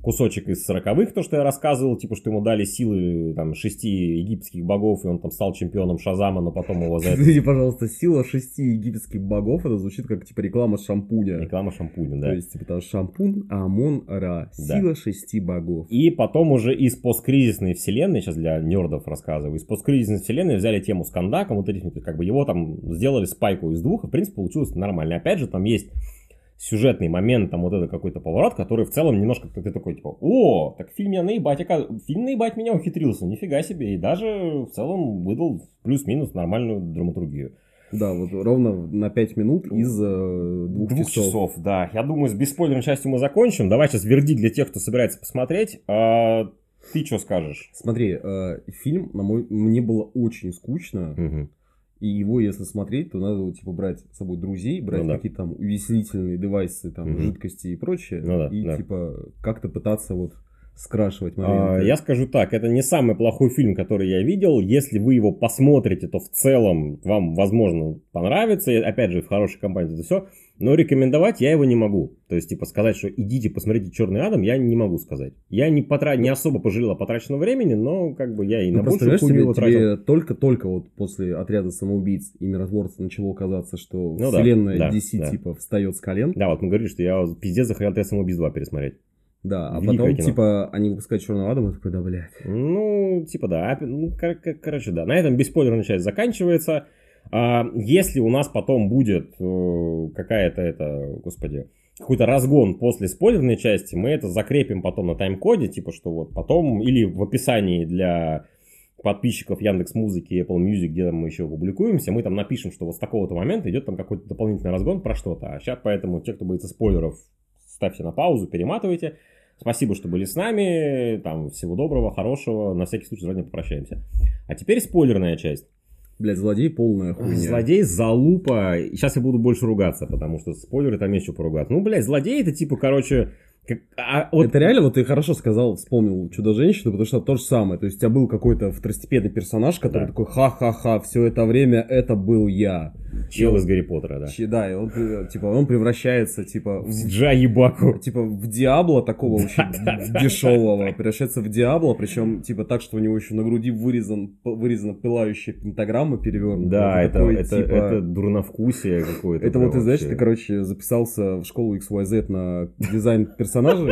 Speaker 1: кусочек из сороковых, то, что я рассказывал, типа, что ему дали силы там шести египетских богов, и он там стал чемпионом Шазама, но потом его за это...
Speaker 2: Извините, пожалуйста, сила шести египетских богов, это звучит как, типа, реклама шампуня.
Speaker 1: Реклама шампуня, да.
Speaker 2: То есть, типа, там шампунь, Амон-Ра, сила да. шести богов.
Speaker 1: И потом уже из посткризисной вселенной, сейчас для нердов рассказываю, из посткризисной вселенной взяли тему с Кандаком, вот этих, как бы его там сделали спайку из двух, и, в принципе, получилось нормально. Опять же, там есть сюжетный момент, там вот это какой-то поворот, который в целом немножко ты такой, типа, о, так фильм меня наебать, оказывается, фильм наебать меня ухитрился, нифига себе, и даже в целом выдал плюс-минус нормальную драматургию.
Speaker 2: Да, вот ровно на пять минут из э, двух,
Speaker 1: двух
Speaker 2: часов.
Speaker 1: часов. Да, я думаю, с бесспойлерной частью мы закончим. Давай сейчас вердикт для тех, кто собирается посмотреть. А, ты что скажешь?
Speaker 2: Смотри, э, фильм, на мой, мне было очень скучно.
Speaker 1: Угу.
Speaker 2: И его, если смотреть, то надо, типа, брать с собой друзей, брать ну, да. какие-то там увеселительные девайсы, там, угу. жидкости и прочее.
Speaker 1: Ну, да,
Speaker 2: и,
Speaker 1: да.
Speaker 2: типа, как-то пытаться вот скрашивать моменты.
Speaker 1: А, я скажу так, это не самый плохой фильм, который я видел. Если вы его посмотрите, то в целом вам, возможно, понравится. И, опять же, в хорошей компании это все. Но рекомендовать я его не могу. То есть, типа, сказать, что идите посмотрите «Черный Адам», я не могу сказать. Я не, потра... не особо пожалел о потраченного времени, но как бы я и ну, на большую хуйню его тратил.
Speaker 2: Тебе только-только вот после «Отряда самоубийц» и «Миротворца» начало казаться, что
Speaker 1: ну,
Speaker 2: вселенная
Speaker 1: да,
Speaker 2: ди си
Speaker 1: да.
Speaker 2: типа встает с колен.
Speaker 1: Да, вот мы говорили, что я пиздец захотел «Отряд самоубийц два» пересмотреть.
Speaker 2: Да, а
Speaker 1: Великое
Speaker 2: потом,
Speaker 1: кино.
Speaker 2: типа, они выпускают «Черного Адама», и такой, да, блядь.
Speaker 1: Ну, типа, да. Ну, кор- кор- короче, да. На этом бесспойлерная часть заканчивается. А, если у нас потом будет э, какая-то это, господи, какой-то разгон после спойлерной части, мы это закрепим потом на тайм-коде, типа, что вот потом, или в описании для подписчиков Яндекс.Музыки и Apple Music, где мы еще публикуемся, мы там напишем, что вот с такого-то момента идет там какой-то дополнительный разгон про что-то. А сейчас поэтому те, кто боится спойлеров, ставьте на паузу, перематывайте. Спасибо, что были с нами. Там, всего доброго, хорошего. На всякий случай заранее попрощаемся. А теперь спойлерная часть.
Speaker 2: Блядь, злодей полная хуйня.
Speaker 1: Злодей залупа. Сейчас я буду больше ругаться, потому что спойлеры там есть что поругаться. Ну, блядь, злодей это типа, короче... Как, а, вот...
Speaker 2: Это реально, вот ты хорошо сказал, вспомнил «Чудо-женщину», потому что это то же самое. То есть у тебя был какой-то второстепенный персонаж, который да. такой ха-ха-ха, все это время это был я.
Speaker 1: Чел из Гарри Поттера, да.
Speaker 2: Ч, да, и он, типа, он превращается, типа...
Speaker 1: В Джа-ебаку.
Speaker 2: Типа в Диабло такого очень дешевого. Превращается в Диабло, причем, типа, так, что у него еще на груди вырезан, вырезана пылающая пентаграмма перевернута.
Speaker 1: Да, это, такой, это, типа... это дурновкусие какое-то.
Speaker 2: Это вот, ты знаешь, ты, короче, записался в школу икс уай зет на дизайн персонажей.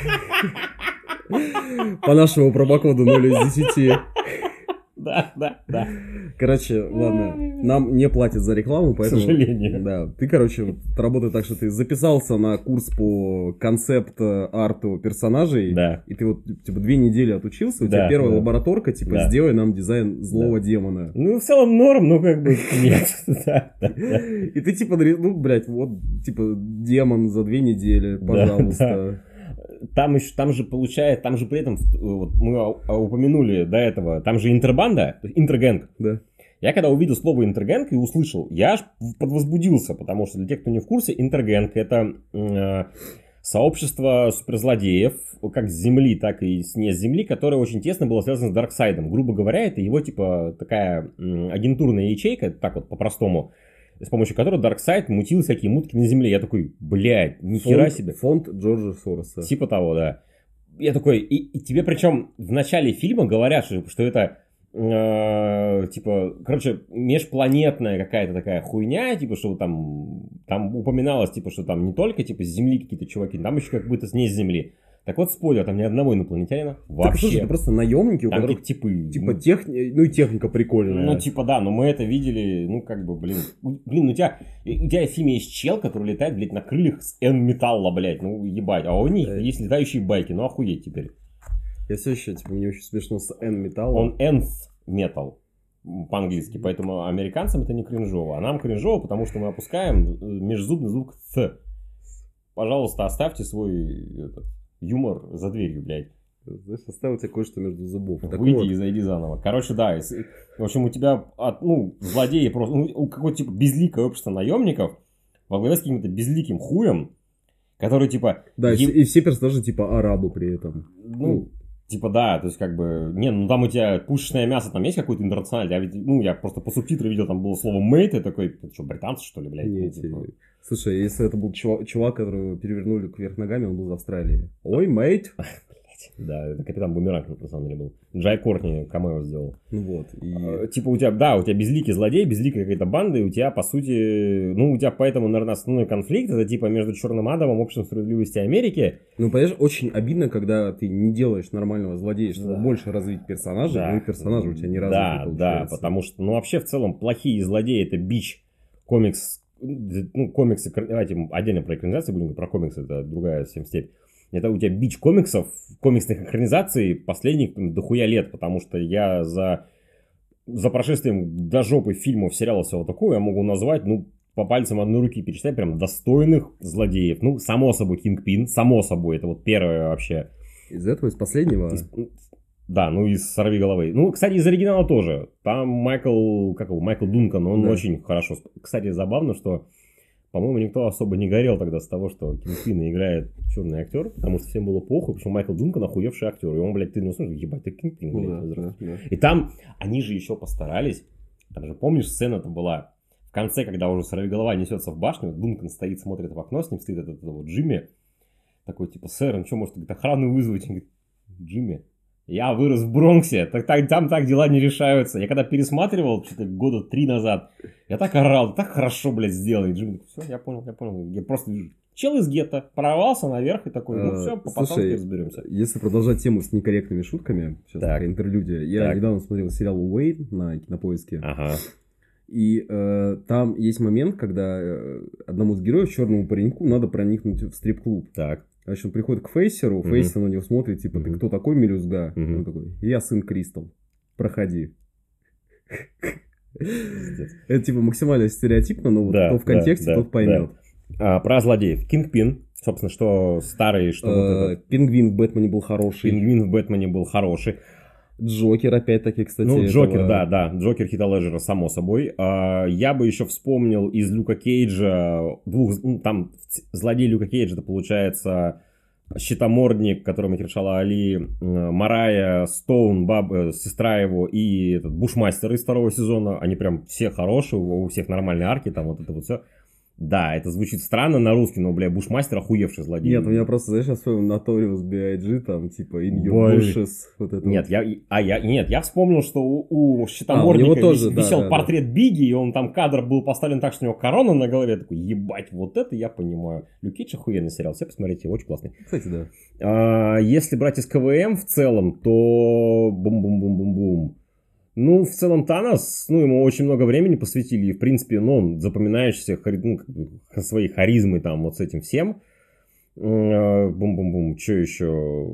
Speaker 2: По нашему промокоду ноль из десяти.
Speaker 1: Да, да, да.
Speaker 2: Короче, ладно, нам не платят за рекламу, поэтому...
Speaker 1: К сожалению.
Speaker 2: Да, ты, короче, вот, работает так, что ты записался на курс по концепт-арту персонажей,
Speaker 1: да.
Speaker 2: И ты вот, типа, две недели отучился, у
Speaker 1: да,
Speaker 2: тебя первая
Speaker 1: да.
Speaker 2: лабораторка, типа, да. Сделай нам дизайн злого да. демона.
Speaker 1: Ну, в целом норм, но как бы нет.
Speaker 2: И ты, типа, ну, блядь, вот, типа, демон за две недели, пожалуйста.
Speaker 1: Там, еще, там же получается, там же при этом, вот мы упомянули до этого, там же интербанда, интергэнг.
Speaker 2: Да.
Speaker 1: Я когда увидел слово интергэнг и услышал, я аж подвозбудился, потому что для тех, кто не в курсе, интергэнг это э, сообщество суперзлодеев, как с Земли, так и с не с Земли, которое очень тесно было связано с Дарксайдом. Грубо говоря, это его типа такая э, агентурная ячейка, так вот по-простому, с помощью которой Дарксайд мутил всякие мутки на земле. Я такой, блядь, нихера
Speaker 2: фонд,
Speaker 1: себе.
Speaker 2: Фонд Джорджа Сороса.
Speaker 1: Типа того, да. Я такой, и, и тебе причем в начале фильма говорят, что, что это, э, типа, короче, межпланетная какая-то такая хуйня, типа, что там, там упоминалось, типа, что там не только, типа, с Земли какие-то чуваки, там еще как будто не с Земли. Так вот, спойлер, там ни одного инопланетянина вообще.
Speaker 2: Так, слушай, это просто наемники, у
Speaker 1: там
Speaker 2: которых
Speaker 1: типы,
Speaker 2: типа ну, техни... ну и техника прикольная.
Speaker 1: Ну, типа, да, но мы это видели, ну, как бы, блин. Блин, у тебя, у тебя в фильме есть чел, который летает, блядь, на крыльях с N-металла, блядь, ну, ебать. А у них есть летающие байки, ну, охуеть теперь.
Speaker 2: Я все еще, типа, мне очень смешно с N-металла.
Speaker 1: Он Nth метал по-английски, поэтому американцам это не кринжово. А нам кринжово, потому что мы опускаем межзубный звук «th». Пожалуйста, оставьте свой... этот, юмор за дверью, блядь.
Speaker 2: Знаешь, оставил тебе кое-что между зубов.
Speaker 1: Выйди вот. И зайди заново. Короче, да. В общем, у тебя, от, ну, злодеи просто... Ну, у какого-то, типа, безликое общество наемников во главе с каким-то безликим хуем, который, типа...
Speaker 2: Да, е... и все персонажи, типа, арабы при этом.
Speaker 1: Ну, ну, типа, да, то есть, как бы... Не, ну, там у тебя пушечное мясо, там есть какой-то интернациональный? Я ведь, ну, я просто по субтитру видел, там было слово «мейт», и такой, это что, британцы, что ли, блядь?
Speaker 2: Нет,
Speaker 1: типа...
Speaker 2: Слушай, если это был чувак, чувак, которого перевернули кверх ногами, он был из Австралии. Ой, мейт!
Speaker 1: Да, это Капитан Бумеранг, на самом деле, был. Джай Кортни камео сделал.
Speaker 2: Ну вот. И...
Speaker 1: А, типа у тебя, да, у тебя безликий злодей, безликая какая-то банда, и у тебя, по сути, ну, у тебя поэтому, наверное, основной конфликт, это типа между Черным Адамом, Обществом справедливости Америки.
Speaker 2: Ну, понимаешь, очень обидно, когда ты не делаешь нормального злодея, чтобы да. больше развить персонажа, да. но и персонажа у тебя не развит.
Speaker 1: Да, да, потому что, ну, вообще, в целом, плохие злодеи — это бич комикс, ну, комиксы, давайте отдельно про экранизации будем, про комиксы, это другая совсем степь. Это у тебя бич комиксов, комиксных экранизаций последних там, дохуя лет, потому что я за, за прошествием до жопы фильмов, сериалов, всего такого, я могу назвать, ну, по пальцам одной руки перечислять прям достойных злодеев. Ну, само собой, Кингпин, само собой, это вот первое вообще.
Speaker 2: Из этого, из последнего?
Speaker 1: Из, да, ну, из «Сорвиголовы». Ну, кстати, из оригинала тоже. Там Майкл, как его, Майкл Дункан, он да. очень хорошо. Кстати, забавно, что... По-моему, никто особо не горел тогда с того, что Кингпина играет черный актер, потому что всем было похуй, потому что Майкл Дункан охуевший актер. И он, блядь, ты ну слушай, ебать, ты Кингпин, блядь. Ну, да, да. И там они же еще постарались. Там же, помнишь, сцена-то была в конце, когда уже сорвиголова несется в башню, Дункан стоит, смотрит в окно, с ним стоит этот, этот вот Джимми. Такой, типа, сэр, он что, может, говорит, охрану вызвать? Он говорит, Джимми, я вырос в Бронксе, так, так, там так дела не решаются. Я когда пересматривал, что-то года три назад, я так орал, так хорошо, блядь, сделали. Джимми такой, все, я понял, я понял. Я просто вижу, чел из гетто прорвался наверх и такой, ну все, по-пацански разберемся.
Speaker 2: Если продолжать тему с некорректными шутками, сейчас так. такая интерлюдия. Я так. недавно смотрел сериал «Уэйн» на Кинопоиске.
Speaker 1: Ага.
Speaker 2: И э, там есть момент, когда э, одному из героев, черному пареньку, надо проникнуть в стрип-клуб. Так. Значит, он приходит к Фейсеру, mm-hmm. Фейсер на него смотрит, типа, ты mm-hmm. кто такой, мелюзга? Mm-hmm. Он такой, я сын Кристал, проходи. Это, типа, максимально стереотипно, но вот кто в контексте, тот поймет.
Speaker 1: Про злодеев. Кингпин, собственно, что старый, что...
Speaker 2: Пингвин в Бэтмене был хороший.
Speaker 1: Пингвин в Бэтмене был хороший.
Speaker 2: Джокер, опять-таки, кстати.
Speaker 1: Ну, Джокер, этого... да, да. Джокер Хита Леджера, само собой. А, я бы еще вспомнил из Люка Кейджа двух... Ну, там злодей Люка Кейджа, это получается Щитомордник, которого Махершала Али, Марая, Стоун, баб, сестра его и этот Бушмастер из второго сезона. Они прям все хорошие, у всех нормальные арки, там вот это вот все. Да, это звучит странно на русский, но, бля, Бушмастер охуевший злодей.
Speaker 2: Нет, у меня просто, знаешь, я вспомнил Notorious би ай джи, там, типа, In Your Bushes, вот это
Speaker 1: нет,
Speaker 2: вот.
Speaker 1: я, а я, нет, я вспомнил, что у, у Щитомордника а, у тоже, вис, да, висел да, портрет да. Бигги, и он там, кадр был поставлен так, что у него корона на голове. Я такой, ебать, вот это я понимаю. Люк Кейдж охуенный сериал, все посмотрите, очень классный.
Speaker 2: Кстати, да.
Speaker 1: А, если брать из КВМ в целом, то бум-бум-бум-бум-бум. Ну, в целом, Танос, ну, ему очень много времени посвятили, и, в принципе, ну, он запоминающийся ну, своей харизмой, там, вот с этим всем. Бум-бум-бум, что еще?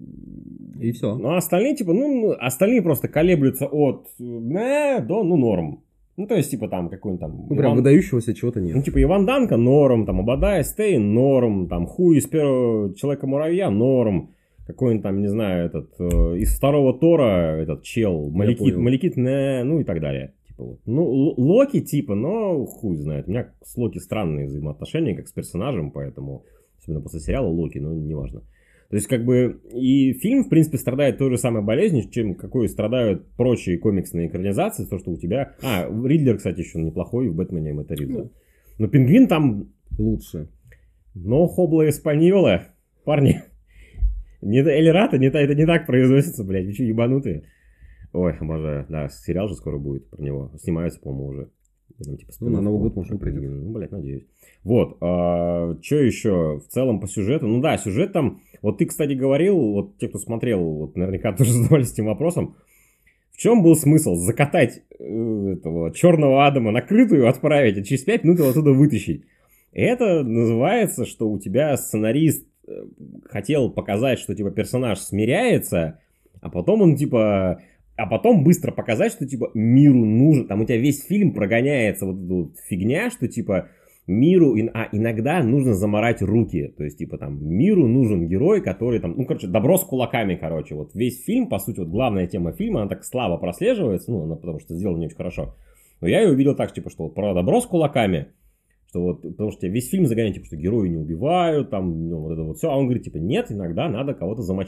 Speaker 2: И все.
Speaker 1: Ну, а остальные, типа, ну, остальные просто колеблются от, э, до, ну, норм. Ну, то есть, типа, там, какой-нибудь там...
Speaker 2: Ну, прям Иван... выдающегося чего-то нет.
Speaker 1: Ну, типа, Иван Данко, норм, там, Обадай, Стей, норм, там, Хуй из первого Человека-муравья, норм. Какой-нибудь там, не знаю, этот, э, из второго Тора, этот чел, Маликит, Маликит, не, ну и так далее. Типа вот. Ну, Локи, типа, но хуй знает. У меня с Локи странные взаимоотношения, как с персонажем, поэтому, особенно после сериала Локи, но неважно. То есть, как бы, и фильм, в принципе, страдает той же самой болезнью, чем какой страдают прочие комиксные экранизации, то, что у тебя... А, Ридлер, кстати, еще неплохой, в Бэтмене Мэтта Ридла. Ну, но Пингвин там лучше. Но Хобла Эспаньола, парни... Не, Эльрата, не, это не так произносится, блядь, вы что, ебанутые? Ой, обожаю, да, сериал же скоро будет про него, снимается, по-моему, уже. Там, типа,
Speaker 2: ну, на Новый год, может, придет.
Speaker 1: Ну, блядь, надеюсь. Вот, а, что еще в целом по сюжету? Ну да, сюжет там, вот ты, кстати, говорил, вот те, кто смотрел, вот наверняка тоже задавались этим вопросом, в чем был смысл закатать э, этого черного Адама на крытую, отправить, а через пять минут его оттуда вытащить? Это называется, что у тебя сценарист хотел показать, что, типа, персонаж смиряется, а потом он, типа... А потом быстро показать, что, типа, миру нужен... Там у тебя весь фильм прогоняется вот эта вот фигня, что, типа, миру... А иногда нужно заморать руки. То есть, типа, там, миру нужен герой, который, там... Ну, короче, добро с кулаками, короче. Вот весь фильм, по сути, вот главная тема фильма, она так слабо прослеживается, ну, она потому что сделана не очень хорошо. Но я ее увидел так, типа, что вот про добро с кулаками... Что вот, потому что весь фильм загоняет, типа, что герои не убивают, там, ну, вот это вот все. А он говорит, типа, нет, иногда надо кого-то замочить.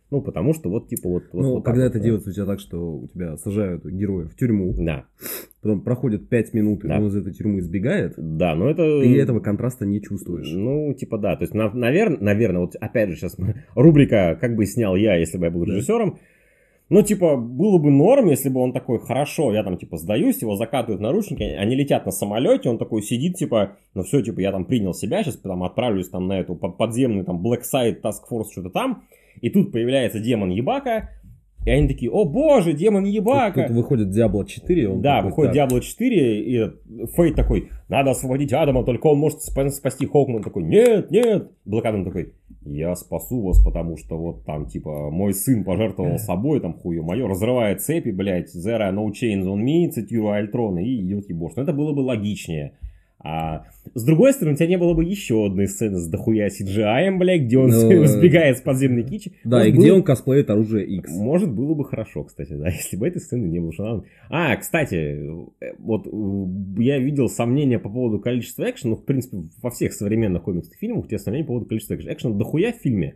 Speaker 1: Ну, потому что вот, типа, вот...
Speaker 2: Ну,
Speaker 1: вот
Speaker 2: когда
Speaker 1: вот,
Speaker 2: это
Speaker 1: да.
Speaker 2: делается у тебя так, что у тебя сажают героя в тюрьму,
Speaker 1: Да.
Speaker 2: потом проходит пять минут, и
Speaker 1: Да.
Speaker 2: он из этой тюрьмы избегает,
Speaker 1: Да, но это...
Speaker 2: ты этого контраста не чувствуешь.
Speaker 1: Ну, типа, да. То есть, наверное, наверное, вот опять же сейчас рубрика «Как бы снял я, если бы я был
Speaker 2: Да.
Speaker 1: режиссером». Ну, типа, было бы норм, если бы он такой, хорошо, я там, типа, сдаюсь, его закатывают наручники, они летят на самолете, он такой сидит, типа, ну все, типа, я там принял себя, сейчас там отправлюсь там на эту подземную, там, Black Site Task Force, что-то там, и тут появляется демон Ебака, и они такие, о боже, демон Ебака.
Speaker 2: Тут, тут выходит Диабло четыре, он
Speaker 1: Да,
Speaker 2: такой,
Speaker 1: выходит
Speaker 2: так,
Speaker 1: Диабло четыре, и Фейт такой, надо освободить Адама, только он может спа- спасти Хоукмана. Он такой, нет, нет. Блэк Адам такой, я спасу вас, потому что вот там, типа, мой сын пожертвовал собой, там, хуе мое, разрывает цепи, блядь, There are no chains on me, цитируя Альтрона, и идет ебош. Но это было бы логичнее. А с другой стороны, у тебя не было бы еще одной сцены с дохуя си джи ай, блядь, где он
Speaker 2: Ну,
Speaker 1: сбегает с подземной кичи.
Speaker 2: Да,
Speaker 1: Может,
Speaker 2: и где
Speaker 1: было-
Speaker 2: он косплеит оружие X.
Speaker 1: Может, было бы хорошо, кстати, да, если бы этой сцены не было. Что надо... А, кстати, э, вот э, я видел сомнения по поводу количества экшена, ну, в принципе, во всех современных комиксных фильмах у тебя сомнения по поводу количества экшена. Экшена дохуя в фильме,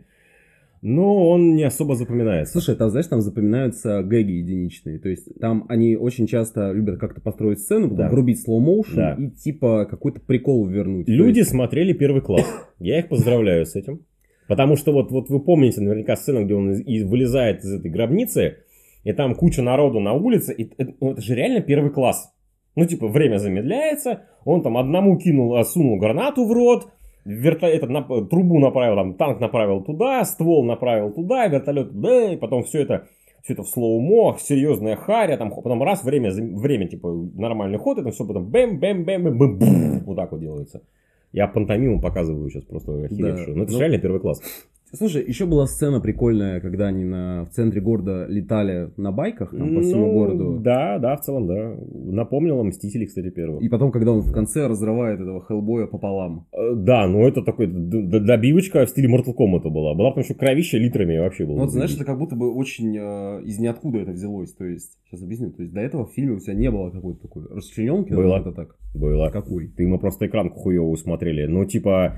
Speaker 1: но он не особо запоминается.
Speaker 2: Слушай, там, знаешь, там запоминаются гэги единичные. То есть там они очень часто любят как-то построить сцену, потом
Speaker 1: Да.
Speaker 2: врубить слоу-моушен
Speaker 1: Да.
Speaker 2: и типа какой-то прикол вернуть. То
Speaker 1: Люди
Speaker 2: есть-
Speaker 1: смотрели первый класс. Я их поздравляю с этим. Потому что вот, вот вы помните наверняка сцену, где он из- из- вылезает из этой гробницы, и там куча народу на улице, и это, ну, это же реально первый класс. Ну, типа, время замедляется, он там одному кинул, а, сунул гранату в рот, верто... этот, на... трубу направил, там, танк направил туда, ствол направил туда, вертолет, да, и потом все это, все это в слоумо, серьезная харя, там, потом раз, время, зам- время, типа, нормальный ход, это все потом бэм, бэм, бэм, бэм, бэм, бэм, вот так вот делается. Я пантомиму показываю сейчас просто охеревшую.
Speaker 2: Да.
Speaker 1: Но это же
Speaker 2: Ну,
Speaker 1: реально первый класс.
Speaker 2: Слушай, еще была сцена прикольная, когда они на... в центре города летали на байках там, по всему
Speaker 1: Ну,
Speaker 2: городу.
Speaker 1: Да, да, в целом, да. Напомнило Мстители, кстати, первого.
Speaker 2: И потом, когда он в конце разрывает этого Хеллбоя пополам.
Speaker 1: Э, Да, ну это такой д- д- добивочка в стиле Mortal Kombat была. Была, потому что кровища литрами вообще было.
Speaker 2: Ну, вот, знаешь, это как будто бы очень э, из ниоткуда это взялось. То есть, сейчас объясню. То есть, до этого в фильме у тебя не было какой-то такой расчлененки.
Speaker 1: Было.
Speaker 2: Это так.
Speaker 1: Было.
Speaker 2: Какой?
Speaker 1: Ты мы просто экранку хуёвую смотрели. Ну, типа,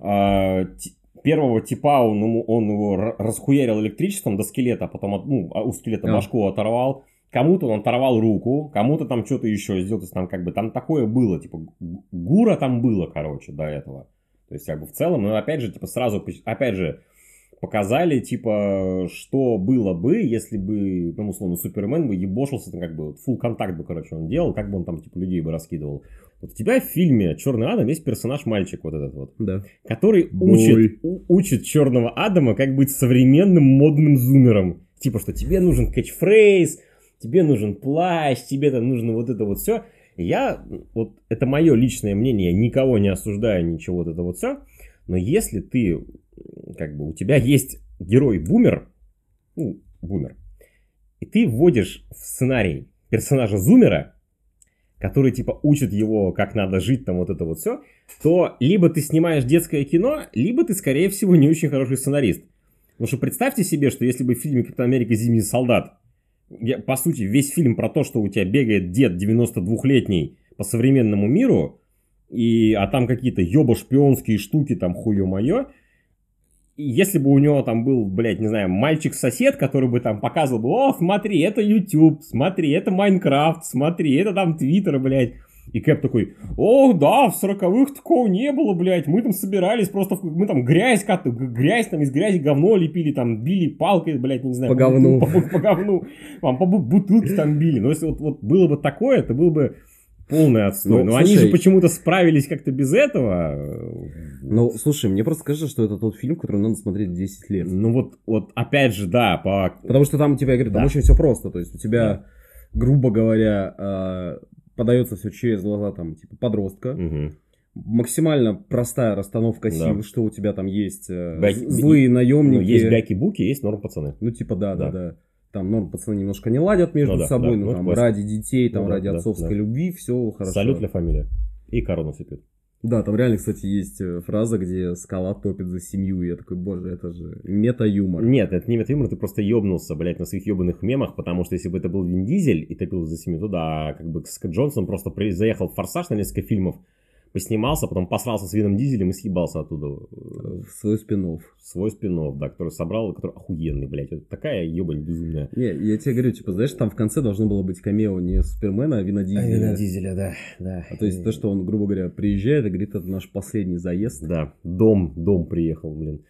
Speaker 1: а, ти- первого типа он, ему- он его р- расхуярил электричеством до скелета, а потом от- ну, а у скелета
Speaker 2: А.
Speaker 1: башку оторвал. Кому-то он оторвал руку, кому-то там что-то еще сделал. То есть там как бы там такое было, типа, г- гура там было, короче, до этого. То есть, как бы в целом, ну, опять же, типа, сразу, поч- опять же, показали, типа, что было бы, если бы, ну, условно, Супермен бы ебошился, как бы, full контакт бы, короче, он делал, как бы он там, типа, людей бы раскидывал. Вот у тебя в фильме «Черный Адам» есть персонаж-мальчик вот этот вот,
Speaker 2: Да.
Speaker 1: который
Speaker 2: Бой.
Speaker 1: учит, у- учит Черного Адама как быть современным модным зумером. Типа, что тебе нужен кэтчфрейз, тебе нужен плащ, тебе там нужно вот это вот все. Я, вот это мое личное мнение, я никого не осуждаю, ничего вот это вот все. Но если ты, как бы, у тебя есть герой-бумер, ну, бумер, и ты вводишь в сценарий персонажа зумера, который, типа, учит его, как надо жить, там, вот это вот все, то либо ты снимаешь детское кино, либо ты, скорее всего, не очень хороший сценарист. Потому что представьте себе, что если бы в фильме «Капитан Америка. Зимний солдат», где, по сути, весь фильм про то, что у тебя бегает дед девяносто двухлетний по современному миру, и, а там какие-то ёбо-шпионские штуки, там, хуё-моё, и если бы у него там был, блядь, не знаю, мальчик-сосед, который бы там показывал бы, о, смотри, это YouTube, смотри, это Майнкрафт, смотри, это там Твиттер, блядь. И Кэп такой, о, да, в сороковых такого не было, блядь, мы там собирались, просто, в- мы там грязь, как грязь, там из грязи говно лепили, там били палкой, блядь, не знаю.
Speaker 2: По говну.
Speaker 1: По, по- по говну, там, по бу- бутылке там били. Но если вот, вот было бы такое, это было бы полный отстой.
Speaker 2: Ну,
Speaker 1: Но они
Speaker 2: слушай-
Speaker 1: же почему-то справились как-то без этого.
Speaker 2: Ну, слушай, мне просто кажется, что это тот фильм, который надо смотреть десять лет.
Speaker 1: Ну вот, вот опять же, да, по...
Speaker 2: Потому что там у тебя, я говорю, там
Speaker 1: Да.
Speaker 2: очень все просто. То есть у тебя, грубо говоря, э, подается все через глаза там, типа, подростка.
Speaker 1: Мгм.
Speaker 2: Максимально простая расстановка
Speaker 1: Да.
Speaker 2: сил, что у тебя там есть э,
Speaker 1: Бяки-
Speaker 2: з- злые наемники.
Speaker 1: Ну, есть бяки-буки, есть норм пацаны.
Speaker 2: Ну, типа, да, да,
Speaker 1: Да.
Speaker 2: да. Там норм пацаны немножко не ладят между
Speaker 1: Ну да,
Speaker 2: собой,
Speaker 1: да,
Speaker 2: но
Speaker 1: ну,
Speaker 2: там
Speaker 1: классно.
Speaker 2: ради детей, там
Speaker 1: Ну да,
Speaker 2: ради
Speaker 1: да,
Speaker 2: отцовской
Speaker 1: да.
Speaker 2: любви, все хорошо.
Speaker 1: Салют для фамилии. И корону все пьют.
Speaker 2: Да, там реально, кстати, есть э, фраза, где скала топит за семью, и я такой, боже, это же мета-юмор.
Speaker 1: Нет, это не метаюмор, ты просто ёбнулся, блядь, на своих ёбаных мемах, потому что если бы это был Вин Дизель и топил за семью, то да, как бы Ск Джонсон просто при- заехал в «Форсаж» на несколько фильмов, поснимался, потом посрался с Вином Дизелем и съебался оттуда.
Speaker 2: В свой спин-офф.
Speaker 1: Свой спин-офф, да, который собрал, который охуенный, блядь. Это такая ебань безумная.
Speaker 2: Не, я тебе говорю, типа, знаешь, там в конце должно было быть камео не Супермена, а Вина Дизеля.
Speaker 1: А Вина Дизеля, да, да.
Speaker 2: А то есть то, что он, грубо говоря, приезжает и говорит, это наш последний заезд.
Speaker 1: Да, дом, дом приехал, блин.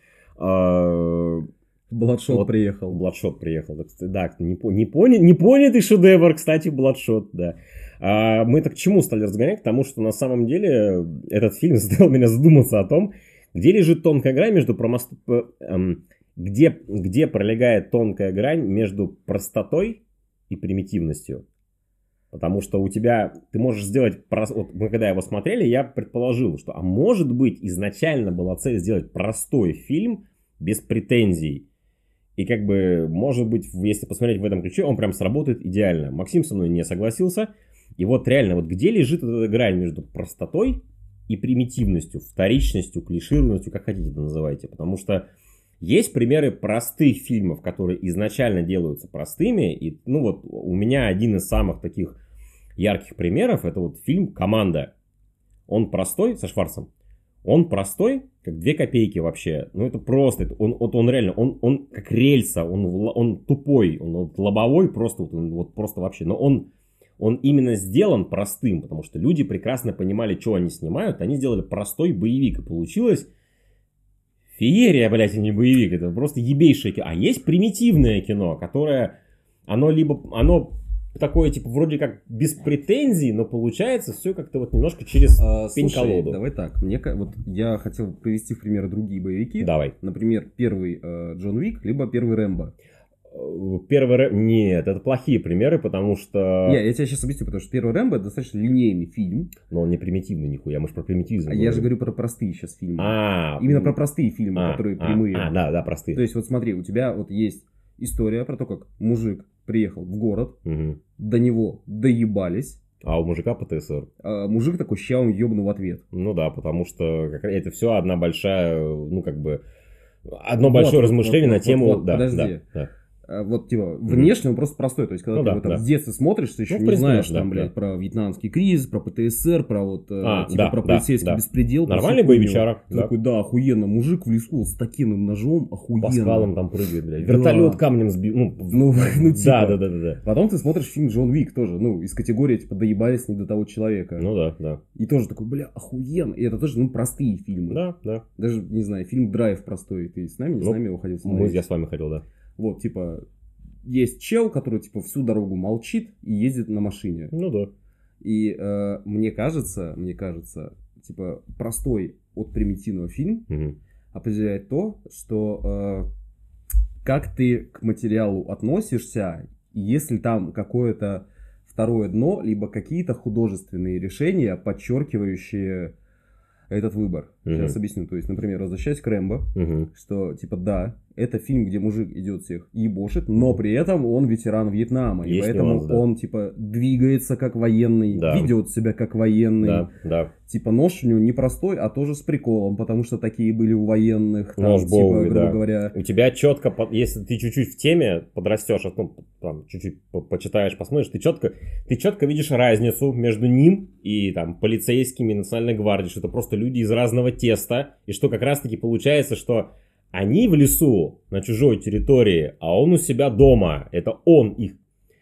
Speaker 1: А...
Speaker 2: Бладшот
Speaker 1: вот,
Speaker 2: приехал.
Speaker 1: Бладшот приехал. Да, не, не, поня... не понятый шедевр, кстати, Бладшот, да. А мы-то к чему стали разгонять? К тому, что на самом деле этот фильм заставил меня задуматься о том, где лежит тонкая грань между промост... где, где пролегает тонкая грань между простотой и примитивностью. Потому что у тебя, ты можешь сделать, вот мы когда его смотрели, я предположил, что, а может быть, изначально была цель сделать простой фильм без претензий. И как бы, может быть, если посмотреть в этом ключе, он прям сработает идеально. Максим со мной не согласился. И вот реально, вот где лежит эта грань между простотой и примитивностью, вторичностью, клишированностью, как хотите это называйте. Потому что есть примеры простых фильмов, которые изначально делаются простыми. И, ну вот, у меня один из самых таких ярких примеров, это вот фильм «Команда». Он простой, со Шварцем. Он простой, как две копейки вообще. Ну, это просто, это, он, вот он реально, он, он как рельса, он, он тупой, он вот лобовой, просто, вот, вот просто вообще. Но он, он именно сделан простым, потому что люди прекрасно понимали, что они снимают. Они сделали простой боевик, и получилось феерия, блядь, а не боевик. Это просто ебейшее кино. А есть примитивное кино, которое, оно либо, оно... такое, типа, вроде как без претензий, но получается все как-то вот немножко через
Speaker 2: а,
Speaker 1: пень-колоду.
Speaker 2: Слушай, давай так. Мне, вот я хотел привести в пример другие боевики.
Speaker 1: Давай.
Speaker 2: Например, первый э, Джон Уик, либо первый Рэмбо.
Speaker 1: Первый Рэмбо... Нет, это плохие примеры, потому что...
Speaker 2: Не, я тебе сейчас объясню, потому что первый Рэмбо достаточно линейный фильм.
Speaker 1: Но он не примитивный нихуя, мы же про примитивизм
Speaker 2: А
Speaker 1: говорим.
Speaker 2: я же говорю про простые сейчас фильмы.
Speaker 1: А,
Speaker 2: Именно про простые фильмы,
Speaker 1: а,
Speaker 2: которые
Speaker 1: а,
Speaker 2: прямые.
Speaker 1: А, да, да, простые.
Speaker 2: То есть вот смотри, у тебя вот есть история про то, как мужик приехал в город,
Speaker 1: угу.
Speaker 2: до него доебались.
Speaker 1: А у мужика ПТСР.
Speaker 2: А мужик такой, ща он ебну в ответ.
Speaker 1: Ну да, потому что это все одна большая, ну как бы, одно
Speaker 2: вот,
Speaker 1: большое
Speaker 2: вот,
Speaker 1: размышление
Speaker 2: вот,
Speaker 1: на
Speaker 2: вот,
Speaker 1: тему...
Speaker 2: Вот,
Speaker 1: да,
Speaker 2: подожди.
Speaker 1: да, да.
Speaker 2: Вот, типа, внешне он просто простой. То есть, когда
Speaker 1: ну,
Speaker 2: ты
Speaker 1: да,
Speaker 2: его там
Speaker 1: да.
Speaker 2: в детстве смотришь, ты еще
Speaker 1: ну,
Speaker 2: не
Speaker 1: принципе,
Speaker 2: знаешь,
Speaker 1: да,
Speaker 2: там,
Speaker 1: да,
Speaker 2: блядь,
Speaker 1: да.
Speaker 2: про вьетнамский кризис, про ПТСР, про вот,
Speaker 1: а,
Speaker 2: типа,
Speaker 1: да,
Speaker 2: про
Speaker 1: да,
Speaker 2: полицейский
Speaker 1: да.
Speaker 2: беспредел.
Speaker 1: Нормальный боевичара.
Speaker 2: Ты да. такой, да, охуенно, мужик в лесу вот с таким ножом, охуенно.
Speaker 1: По скалам там прыгает, блядь. Вертолет да. камнем сбил. Ну,
Speaker 2: ну, ну, типа.
Speaker 1: Да, да, да, да, да.
Speaker 2: Потом ты смотришь фильм Джон Уик тоже, ну, из категории, типа, доебались не до того человека.
Speaker 1: Ну, да, да.
Speaker 2: И тоже такой, бля, охуенно. И это тоже, ну, простые фильмы.
Speaker 1: Да, да.
Speaker 2: Даже, не знаю, фильм «Драйв» простой. Ты с нами, не
Speaker 1: ну,
Speaker 2: с нами его ходил смотреть?
Speaker 1: Мы, я с вами ходил, да.
Speaker 2: Вот, типа... Есть чел, который, типа, всю дорогу молчит и ездит на машине.
Speaker 1: Ну да.
Speaker 2: И э, мне кажется, мне кажется, типа, простой от примитивного фильм
Speaker 1: угу.
Speaker 2: определяет то, что э, как ты к материалу относишься, если там какое-то второе дно, либо какие-то художественные решения, подчеркивающие этот выбор.
Speaker 1: Угу.
Speaker 2: Сейчас объясню. То есть, например, возвращаясь к Рэмбо,
Speaker 1: угу.
Speaker 2: что, типа, да, это фильм, где мужик идет всех ебошит, но при этом он ветеран Вьетнама.
Speaker 1: Есть
Speaker 2: и поэтому
Speaker 1: нюанс, да.
Speaker 2: он, типа, двигается как военный,
Speaker 1: да.
Speaker 2: ведет себя как военный.
Speaker 1: Да, да.
Speaker 2: Типа, нож у него не простой, а тоже с приколом, потому что такие были у военных. Там,
Speaker 1: нож
Speaker 2: типа,
Speaker 1: боевый,
Speaker 2: грубо
Speaker 1: да.
Speaker 2: говоря.
Speaker 1: У тебя четко, если ты чуть-чуть в теме подрастешь, ну, там, чуть-чуть почитаешь, посмотришь, ты четко, ты четко видишь разницу между ним и там полицейскими Национальной гвардией, что это просто люди из разного теста, и что как раз-таки получается, что они в лесу, на чужой территории, а он у себя дома. Это он их,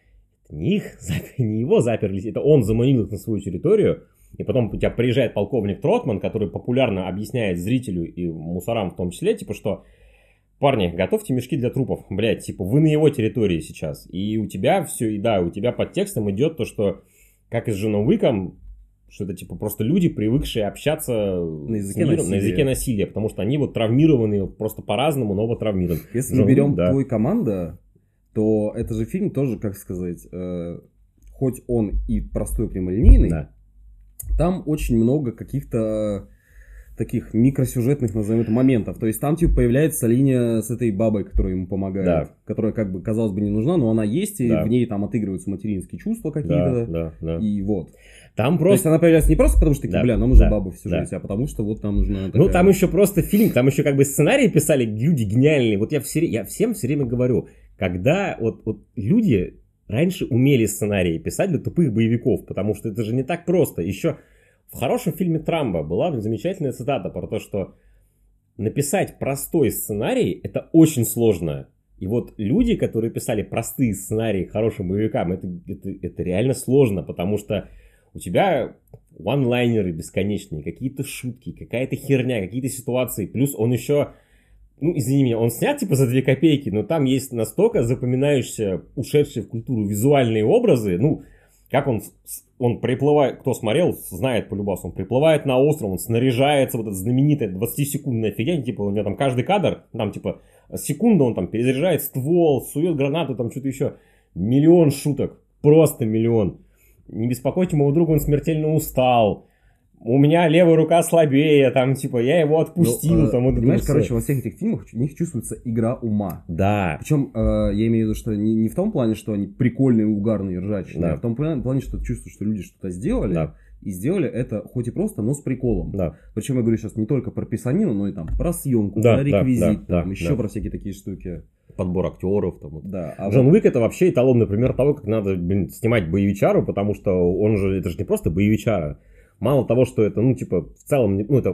Speaker 1: не их, не его заперлись, это он заманил их на свою территорию. И потом у тебя приезжает полковник Тротман, который популярно объясняет зрителю и мусорам в том числе, типа, что парни, готовьте мешки для трупов, блядь, типа, вы на его территории сейчас. И у тебя все, и да, у тебя под текстом идет то, что, как и с Джоном Уиком, что это, типа, просто люди, привыкшие общаться
Speaker 2: на языке,
Speaker 1: миром,
Speaker 2: насилия.
Speaker 1: на языке насилия, потому что они вот травмированы просто по-разному, но вот травмированы.
Speaker 2: Если мы берем да. твой команда, то это же фильм тоже, как сказать, э, хоть он и простой прямолинейный,
Speaker 1: да.
Speaker 2: там очень много каких-то таких микросюжетных, назовем это, моментов. То есть там типа появляется линия с этой бабой, которая ему помогает,
Speaker 1: да.
Speaker 2: которая как бы, казалось бы, не нужна, но она есть, и
Speaker 1: да.
Speaker 2: в ней там отыгрываются материнские чувства какие-то.
Speaker 1: Да, да, да.
Speaker 2: И вот.
Speaker 1: Там просто...
Speaker 2: То есть она появляется не просто потому, что,
Speaker 1: да,
Speaker 2: бля, нам нужна
Speaker 1: да,
Speaker 2: баба всю
Speaker 1: да.
Speaker 2: жизнь, а потому что вот там нужна такая...
Speaker 1: Ну, там еще просто фильм, там еще как бы сценарии писали люди гениальные. Вот я, все, я всем все время говорю, когда вот, вот люди раньше умели сценарии писать для тупых боевиков, потому что это же не так просто. Еще В хорошем фильме «Трамбо» была замечательная цитата про то, что написать простой сценарий – это очень сложно. И вот люди, которые писали простые сценарии хорошим боевикам, это, это, это реально сложно, потому что у тебя ванлайнеры бесконечные, какие-то шутки, какая-то херня, какие-то ситуации. Плюс он еще, ну извини меня, он снят типа за две копейки, но там есть настолько запоминающиеся, ушедшие в культуру визуальные образы. Ну, как он, он приплывает, кто смотрел, знает полюбас, он приплывает на остров, он снаряжается, вот это знаменитое двадцатисекундное офигение, типа у него там каждый кадр, там типа секунда он там перезаряжает ствол, сует гранату, там что-то еще. Миллион шуток, просто миллион. Не беспокойте моего друга, он смертельно устал. У меня левая рука слабее, там, типа, я его отпустил.
Speaker 2: Ну,
Speaker 1: там,
Speaker 2: э, понимаешь, короче, во всех этих фильмах у них чувствуется игра ума.
Speaker 1: Да.
Speaker 2: Причем, э, я имею в виду, что не, не в том плане, что они прикольные, угарные, ржачные,
Speaker 1: Да.
Speaker 2: а в том плане, что ты чувствуешь, что люди что-то сделали,
Speaker 1: Да.
Speaker 2: и сделали это хоть и просто, но с приколом.
Speaker 1: Да.
Speaker 2: Причем я говорю сейчас не только про писанину, но и там про съемку,
Speaker 1: Да,
Speaker 2: про
Speaker 1: да,
Speaker 2: реквизит,
Speaker 1: да,
Speaker 2: там,
Speaker 1: да,
Speaker 2: еще
Speaker 1: да.
Speaker 2: про всякие такие штуки.
Speaker 1: Подбор актеров. Там, вот.
Speaker 2: Да. А
Speaker 1: Джон
Speaker 2: вот-
Speaker 1: Уик это вообще эталонный пример того, как надо, блин, снимать боевичару, потому что он же, это же не просто боевичара. Мало того, что это, ну, типа, в целом, ну, это...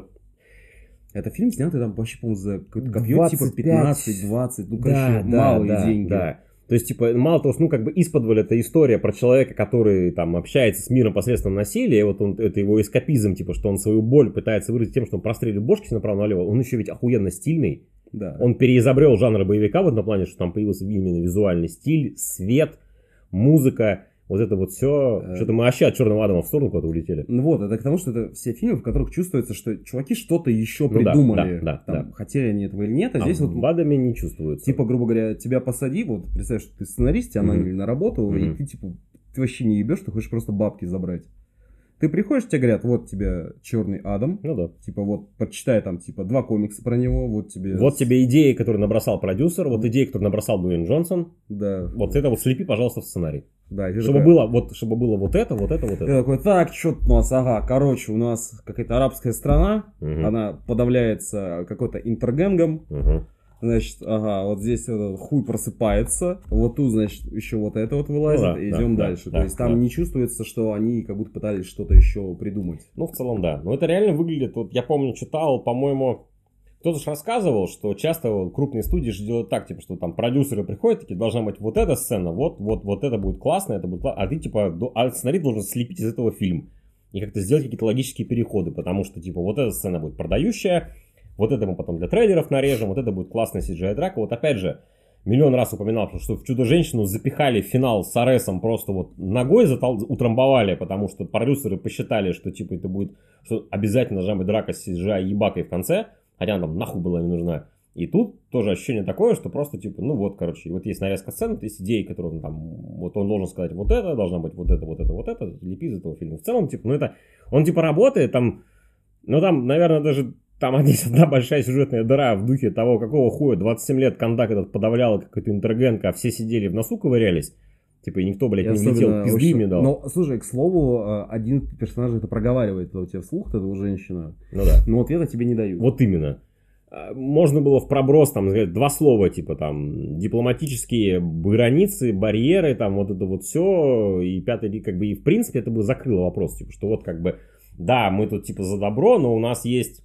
Speaker 2: Это фильм снятый там вообще, по-моему, за какое-то копье,
Speaker 1: двадцать
Speaker 2: типа
Speaker 1: пять.
Speaker 2: пятнадцать-двадцать, ну, короче,
Speaker 1: Да, да,
Speaker 2: малые
Speaker 1: да,
Speaker 2: деньги.
Speaker 1: да. То есть, типа, мало того, что, ну, как бы исподволь это история про человека, который там общается с миром посредством насилия, и вот он, это его эскапизм, типа, что он свою боль пытается выразить тем, что он прострелит бошки направо-налево, он еще ведь охуенно стильный.
Speaker 2: Да.
Speaker 1: Он переизобрел жанр боевика в этом плане, что там появился именно визуальный стиль, свет, музыка, вот это вот все.
Speaker 2: Э.
Speaker 1: Что-то мы вообще от Черного Адама в сторону куда-то улетели.
Speaker 2: Ну вот, это к тому, что это все фильмы, в которых чувствуется, что чуваки что-то еще
Speaker 1: Ну да,
Speaker 2: придумали.
Speaker 1: да, да,
Speaker 2: Там,
Speaker 1: да.
Speaker 2: хотели они этого или нет, а,
Speaker 1: А
Speaker 2: здесь вот
Speaker 1: в Адаме не чувствуется.
Speaker 2: типа, грубо говоря, тебя посади, вот представь, что ты сценарист, тебя
Speaker 1: Мгм.
Speaker 2: наняли на работу, и
Speaker 1: Мгм.
Speaker 2: ты типа, ты вообще не ебешь, ты хочешь просто бабки забрать. Ты приходишь, тебе говорят, вот тебе Черный Адам,
Speaker 1: Ну да.
Speaker 2: типа вот, прочитай там, типа, два комикса про него, вот тебе...
Speaker 1: Вот тебе идеи, которые набросал продюсер, вот идеи, которые набросал Дуэйн Джонсон.
Speaker 2: Да.
Speaker 1: Вот это вот слепи, пожалуйста, в сценарий.
Speaker 2: Да, и ты
Speaker 1: Чтобы
Speaker 2: такой-
Speaker 1: было, вот, чтобы было вот это, вот это, вот
Speaker 2: Ты
Speaker 1: это.
Speaker 2: такой, так, что у нас, ага, короче, у нас какая-то арабская страна,
Speaker 1: Мгм.
Speaker 2: она подавляется какой-то интергенгом,
Speaker 1: Мгм.
Speaker 2: значит, ага, вот здесь вот хуй просыпается, вот тут, значит, еще вот это вот вылазит,
Speaker 1: Ну да,
Speaker 2: и
Speaker 1: да,
Speaker 2: идем
Speaker 1: да,
Speaker 2: дальше.
Speaker 1: да,
Speaker 2: То есть там
Speaker 1: да.
Speaker 2: не чувствуется, что они как будто пытались что-то еще придумать.
Speaker 1: Ну, в целом, да. Но это реально выглядит, вот я помню, читал, по-моему, кто-то же рассказывал, что часто вот крупные студии же делают так, типа, что там продюсеры приходят, такие, должна быть вот эта сцена, вот, вот, вот это будет классно, это будет классно, а ты, типа, до- а сценарист должен слепить из этого фильм и как-то сделать какие-то логические переходы, потому что, типа, вот эта сцена будет продающая, вот это мы потом для трейлеров нарежем, вот это будет классная си джи ай-драка. Вот опять же, миллион раз упоминал, что в Чудо-женщину запихали в финал с Аресом, просто вот ногой затол- утрамбовали, потому что продюсеры посчитали, что типа это будет, что обязательно должна быть драка с си джи ай-ебакой в конце, хотя она там нахуй была не нужна. И тут тоже ощущение такое, что просто типа, ну вот, короче, вот есть нарезка сцен, вот есть идеи, которые он там, вот он должен сказать вот это, должна быть вот это, вот это, вот это, лепи из этого фильма. В целом, типа, ну это, он типа работает, там, ну там, наверное, даже там есть одна большая сюжетная дыра в духе того, какого хуя двадцать семь лет Кондак этот подавлял какой-то интергенк, а все сидели в носу ковырялись. Типа, и никто, блядь,
Speaker 2: И
Speaker 1: не влетел,
Speaker 2: особенно
Speaker 1: пизды
Speaker 2: очень-
Speaker 1: им не дал.
Speaker 2: Но, слушай, к слову, э, один персонаж это проговаривает у тебя вслух, эту женщину,
Speaker 1: Ну да.
Speaker 2: но ответа тебе не дают.
Speaker 1: Вот именно. А, Можно было в проброс там сказать два слова, типа там дипломатические границы, барьеры, там вот это вот все, и пятый, как бы, и в принципе это бы закрыло вопрос, типа, что вот как бы, да, мы тут типа за добро, но у нас есть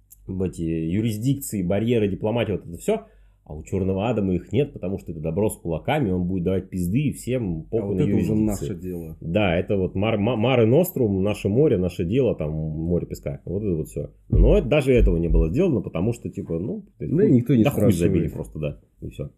Speaker 1: эти юрисдикции, барьеры, дипломатия, вот это все, а у Черного Адама их нет, потому что это добро с кулаками, он будет давать пизды и всем
Speaker 2: А
Speaker 1: похуй
Speaker 2: вот
Speaker 1: на
Speaker 2: это уже
Speaker 1: юрисдикции.
Speaker 2: наше дело.
Speaker 1: Да, это вот Мар, Ма- Маре Нострум, наше море, наше дело, там море песка. Вот это вот все. Но это, даже этого не было сделано, потому что, типа, ну,
Speaker 2: Да и никто не
Speaker 1: да хуй
Speaker 2: спрашивает.
Speaker 1: забили просто, да, и все.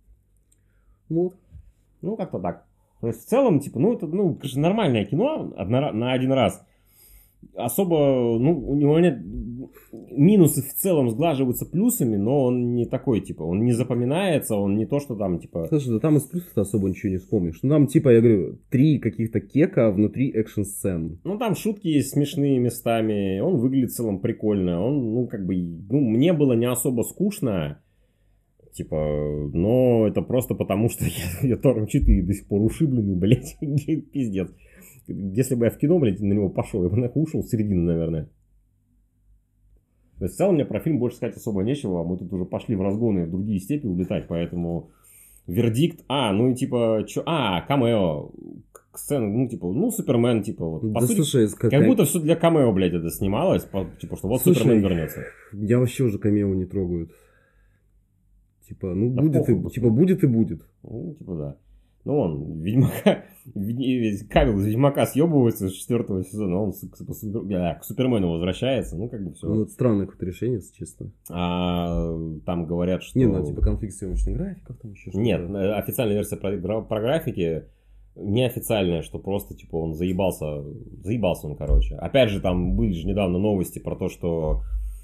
Speaker 2: Вот.
Speaker 1: Ну, как-то так. То есть, в целом, типа, ну, это, ну, конечно, нормальное кино однора- на один раз. Особо, ну, у него нет... Минусы в целом сглаживаются плюсами, но он не такой, типа, он не запоминается, он не то, что там, типа...
Speaker 2: Слушай, да там из плюсов особо ничего не вспомнишь. Ну, там, типа, я говорю, три каких-то кека внутри экшн-сцен.
Speaker 1: Ну, там шутки есть смешные местами, он выглядит в целом прикольно, он, ну, как бы, ну, мне было не особо скучно, типа, но это просто потому, что я, я Тором четыре до сих пор ушибленный, блядь, пиздец. Если бы я в кино, блядь, на него пошел, я бы нахуй ушел в середину, наверное. То есть, в целом, мне про фильм больше сказать особо нечего, мы тут уже пошли в разгоны в другие степи улетать, поэтому... Вердикт, а, ну и типа, чё, а, камео. сцены, ну, типа, ну, Супермен, типа, вот, по
Speaker 2: да,
Speaker 1: сути,
Speaker 2: слушай,
Speaker 1: как, как будто все для камео, блядь, это снималось, по, типа, что вот слушай, Супермен вернется.
Speaker 2: Я вообще уже камео не трогают. Типа, ну, да будет,
Speaker 1: похуй,
Speaker 2: и, типа, будет и будет.
Speaker 1: Ну, типа, да. Ну, он, Ведьмака, Кавилл из Ведьмака съебывается с четвертого сезона, он к Супермену возвращается, ну, как бы все.
Speaker 2: Ну, это странное какое-то решение, если честно.
Speaker 1: А там говорят, что...
Speaker 2: Не, ну, типа, конфликт съемочных графиков, там еще что-то.
Speaker 1: Нет, официальная версия про, про графики неофициальная, что просто, типа, он заебался, заебался он, короче. Опять же, там были же недавно новости про то, что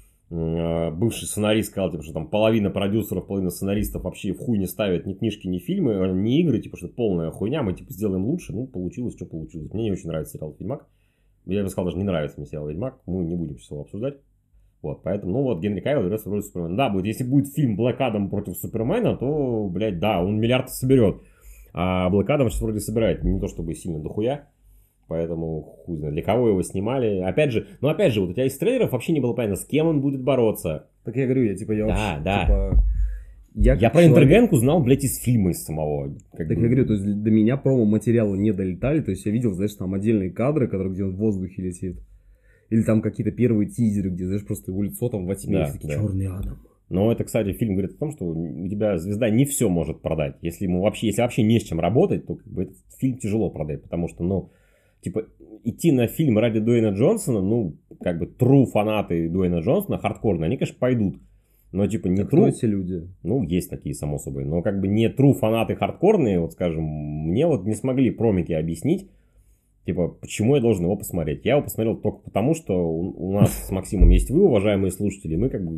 Speaker 1: бывший сценарист сказал, типа, что там половина продюсеров, половина сценаристов вообще в хуй не ставят ни книжки, ни фильмы, ни игры, типа, что это полная хуйня, мы, типа, сделаем лучше. Ну, получилось, что получилось. Мне не очень нравится сериал «Ведьмак». Я бы сказал, даже не нравится мне сериал «Ведьмак», мы не будем сейчас его обсуждать. Вот, поэтому, ну, вот, Генри Кавилл вернется в роль Супермена. Да, будет, если будет фильм «Блэк Адам» против Супермена, то, блядь, да, он миллиард соберет. А Блэк Адам сейчас вроде собирает не то чтобы сильно дохуя. Поэтому, хуй знает, для кого его снимали. Опять же, ну опять же, вот у тебя из трейлеров вообще не было понятно, с кем он будет бороться.
Speaker 2: Так я говорю, я типа, я
Speaker 1: да,
Speaker 2: вообще,
Speaker 1: да.
Speaker 2: типа... Я,
Speaker 1: я про человек... Интергенку знал, блядь, из фильма из самого.
Speaker 2: Как так бы... я говорю, то есть до меня промо-материалы не долетали, то есть я видел, знаешь, там отдельные кадры, которые, где он в воздухе летит. Или там какие-то первые тизеры, где, знаешь, просто его лицо там во тьме, да, такие, да. Черный Адам.
Speaker 1: Но это, кстати, фильм говорит о том, что у тебя звезда не все может продать. Если ему вообще, если вообще не с чем работать, то как бы, этот фильм тяжело продать, потому что, ну, типа, идти на фильм ради Дуэйна Джонсона, ну, как бы, true фанаты Дуэйна Джонсона, хардкорные, они, конечно, пойдут. Но, типа, не
Speaker 2: а
Speaker 1: true...
Speaker 2: Кто эти люди?
Speaker 1: Ну, есть такие, само собой. Но, как бы, не true фанаты хардкорные, вот, скажем, мне вот не смогли промики объяснить, типа, почему я должен его посмотреть. Я его посмотрел только потому, что у, у нас с Максимом есть вы, уважаемые слушатели, мы, как бы,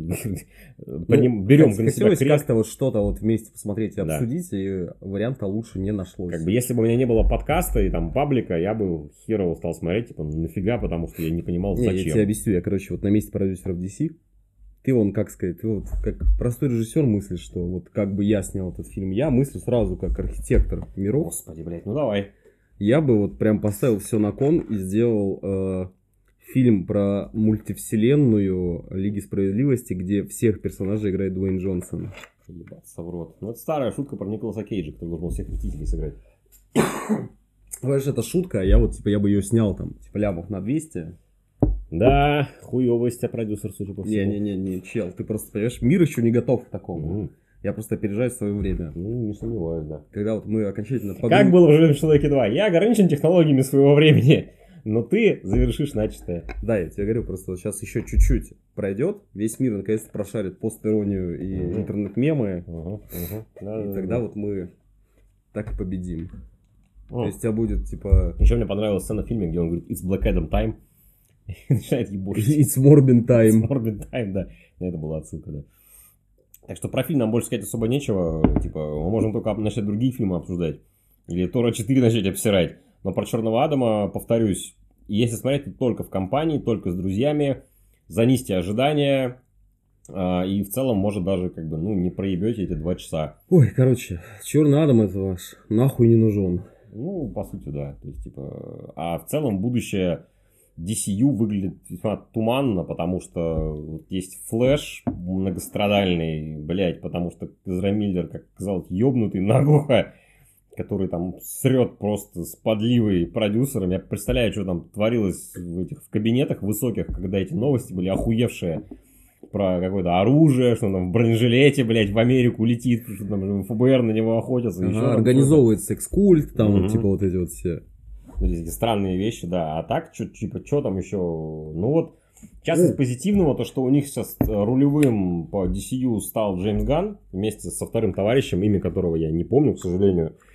Speaker 1: берем на себя крест.
Speaker 2: Как-то вот что-то вот вместе посмотреть и обсудить, и варианта лучше не нашлось.
Speaker 1: Как бы, если бы у меня не было подкаста и там паблика, я бы херово стал смотреть, типа, нафига, потому что я не понимал, зачем.
Speaker 2: Не, я тебе объясню, я, короче, вот на месте продюсеров ди си, ты, он, как сказать, ты вот как простой режиссер мыслишь, что вот как бы я снял этот фильм, я мыслю сразу как архитектор миров.
Speaker 1: Господи, блядь, ну давай.
Speaker 2: Я бы вот прям поставил все на кон и сделал э, фильм про мультивселенную Лиги Справедливости, где всех персонажей играет Дуэйн Джонсон.
Speaker 1: Ебаться в рот. Ну это старая шутка про Николаса Кейджа, который должен всех Мстителей сыграть.
Speaker 2: Знаешь, это шутка, а я вот, типа, я бы ее снял там, типа, лямов на двести.
Speaker 1: Да, хуёвый из тебя продюсер, судя по всему.
Speaker 2: Не-не-не, чел, ты просто, понимаешь, мир еще не готов к такому.
Speaker 1: Mm.
Speaker 2: Я просто опережаю свое время.
Speaker 1: Ну, не сомневаюсь, да.
Speaker 2: Когда вот мы окончательно...
Speaker 1: Подум... Как было в «Железном человеке два»? Я ограничен технологиями своего времени, но ты завершишь начатое.
Speaker 2: Да, я тебе говорю, просто вот сейчас еще чуть-чуть пройдет, весь мир наконец-то прошарит пост-иронию и uh-huh. интернет-мемы, uh-huh. Uh-huh. Да, и да, тогда да. вот мы так и победим. Uh-huh. То есть у тебя будет, типа...
Speaker 1: Еще мне понравилась сцена в фильме, где он говорит «It's Black Adam time». И начинает ебошить.
Speaker 2: It's Morbin time.
Speaker 1: It's Morbin time, да. Это была отсылка, да. Так что про фильм нам больше сказать особо нечего. Типа, мы можем только начать другие фильмы обсуждать. Или Тора четыре начать обсирать. Но про Черного Адама, повторюсь, если смотреть, то только в компании, только с друзьями. Занизьте ожидания. И в целом, может, даже как бы, ну, не проебете эти два часа.
Speaker 2: Ой, короче, Черный Адам это ваш нахуй не нужен.
Speaker 1: Ну, по сути, да. То есть, типа, а в целом будущее ди си ю выглядит весьма туманно, потому что есть Флэш многострадальный, блядь, потому что Эзра Миллер, как казалось, ёбнутый наглухо, который там срет просто с подливой продюсером. Я представляю, что там творилось в этих в кабинетах высоких, когда эти новости были охуевшие про какое-то оружие, что он там в бронежилете, блядь, в Америку летит, что там эф бэ эр на него охотятся.
Speaker 2: Ага, еще организовывает секс-культ, там угу. вот, типа вот эти вот все.
Speaker 1: Такие странные вещи, да. А так, что, типа, что там еще? Ну вот, сейчас из позитивного, то, что у них сейчас рулевым по ди си ю стал Джеймс Ганн, вместе со вторым товарищем, имя которого я не помню, к сожалению.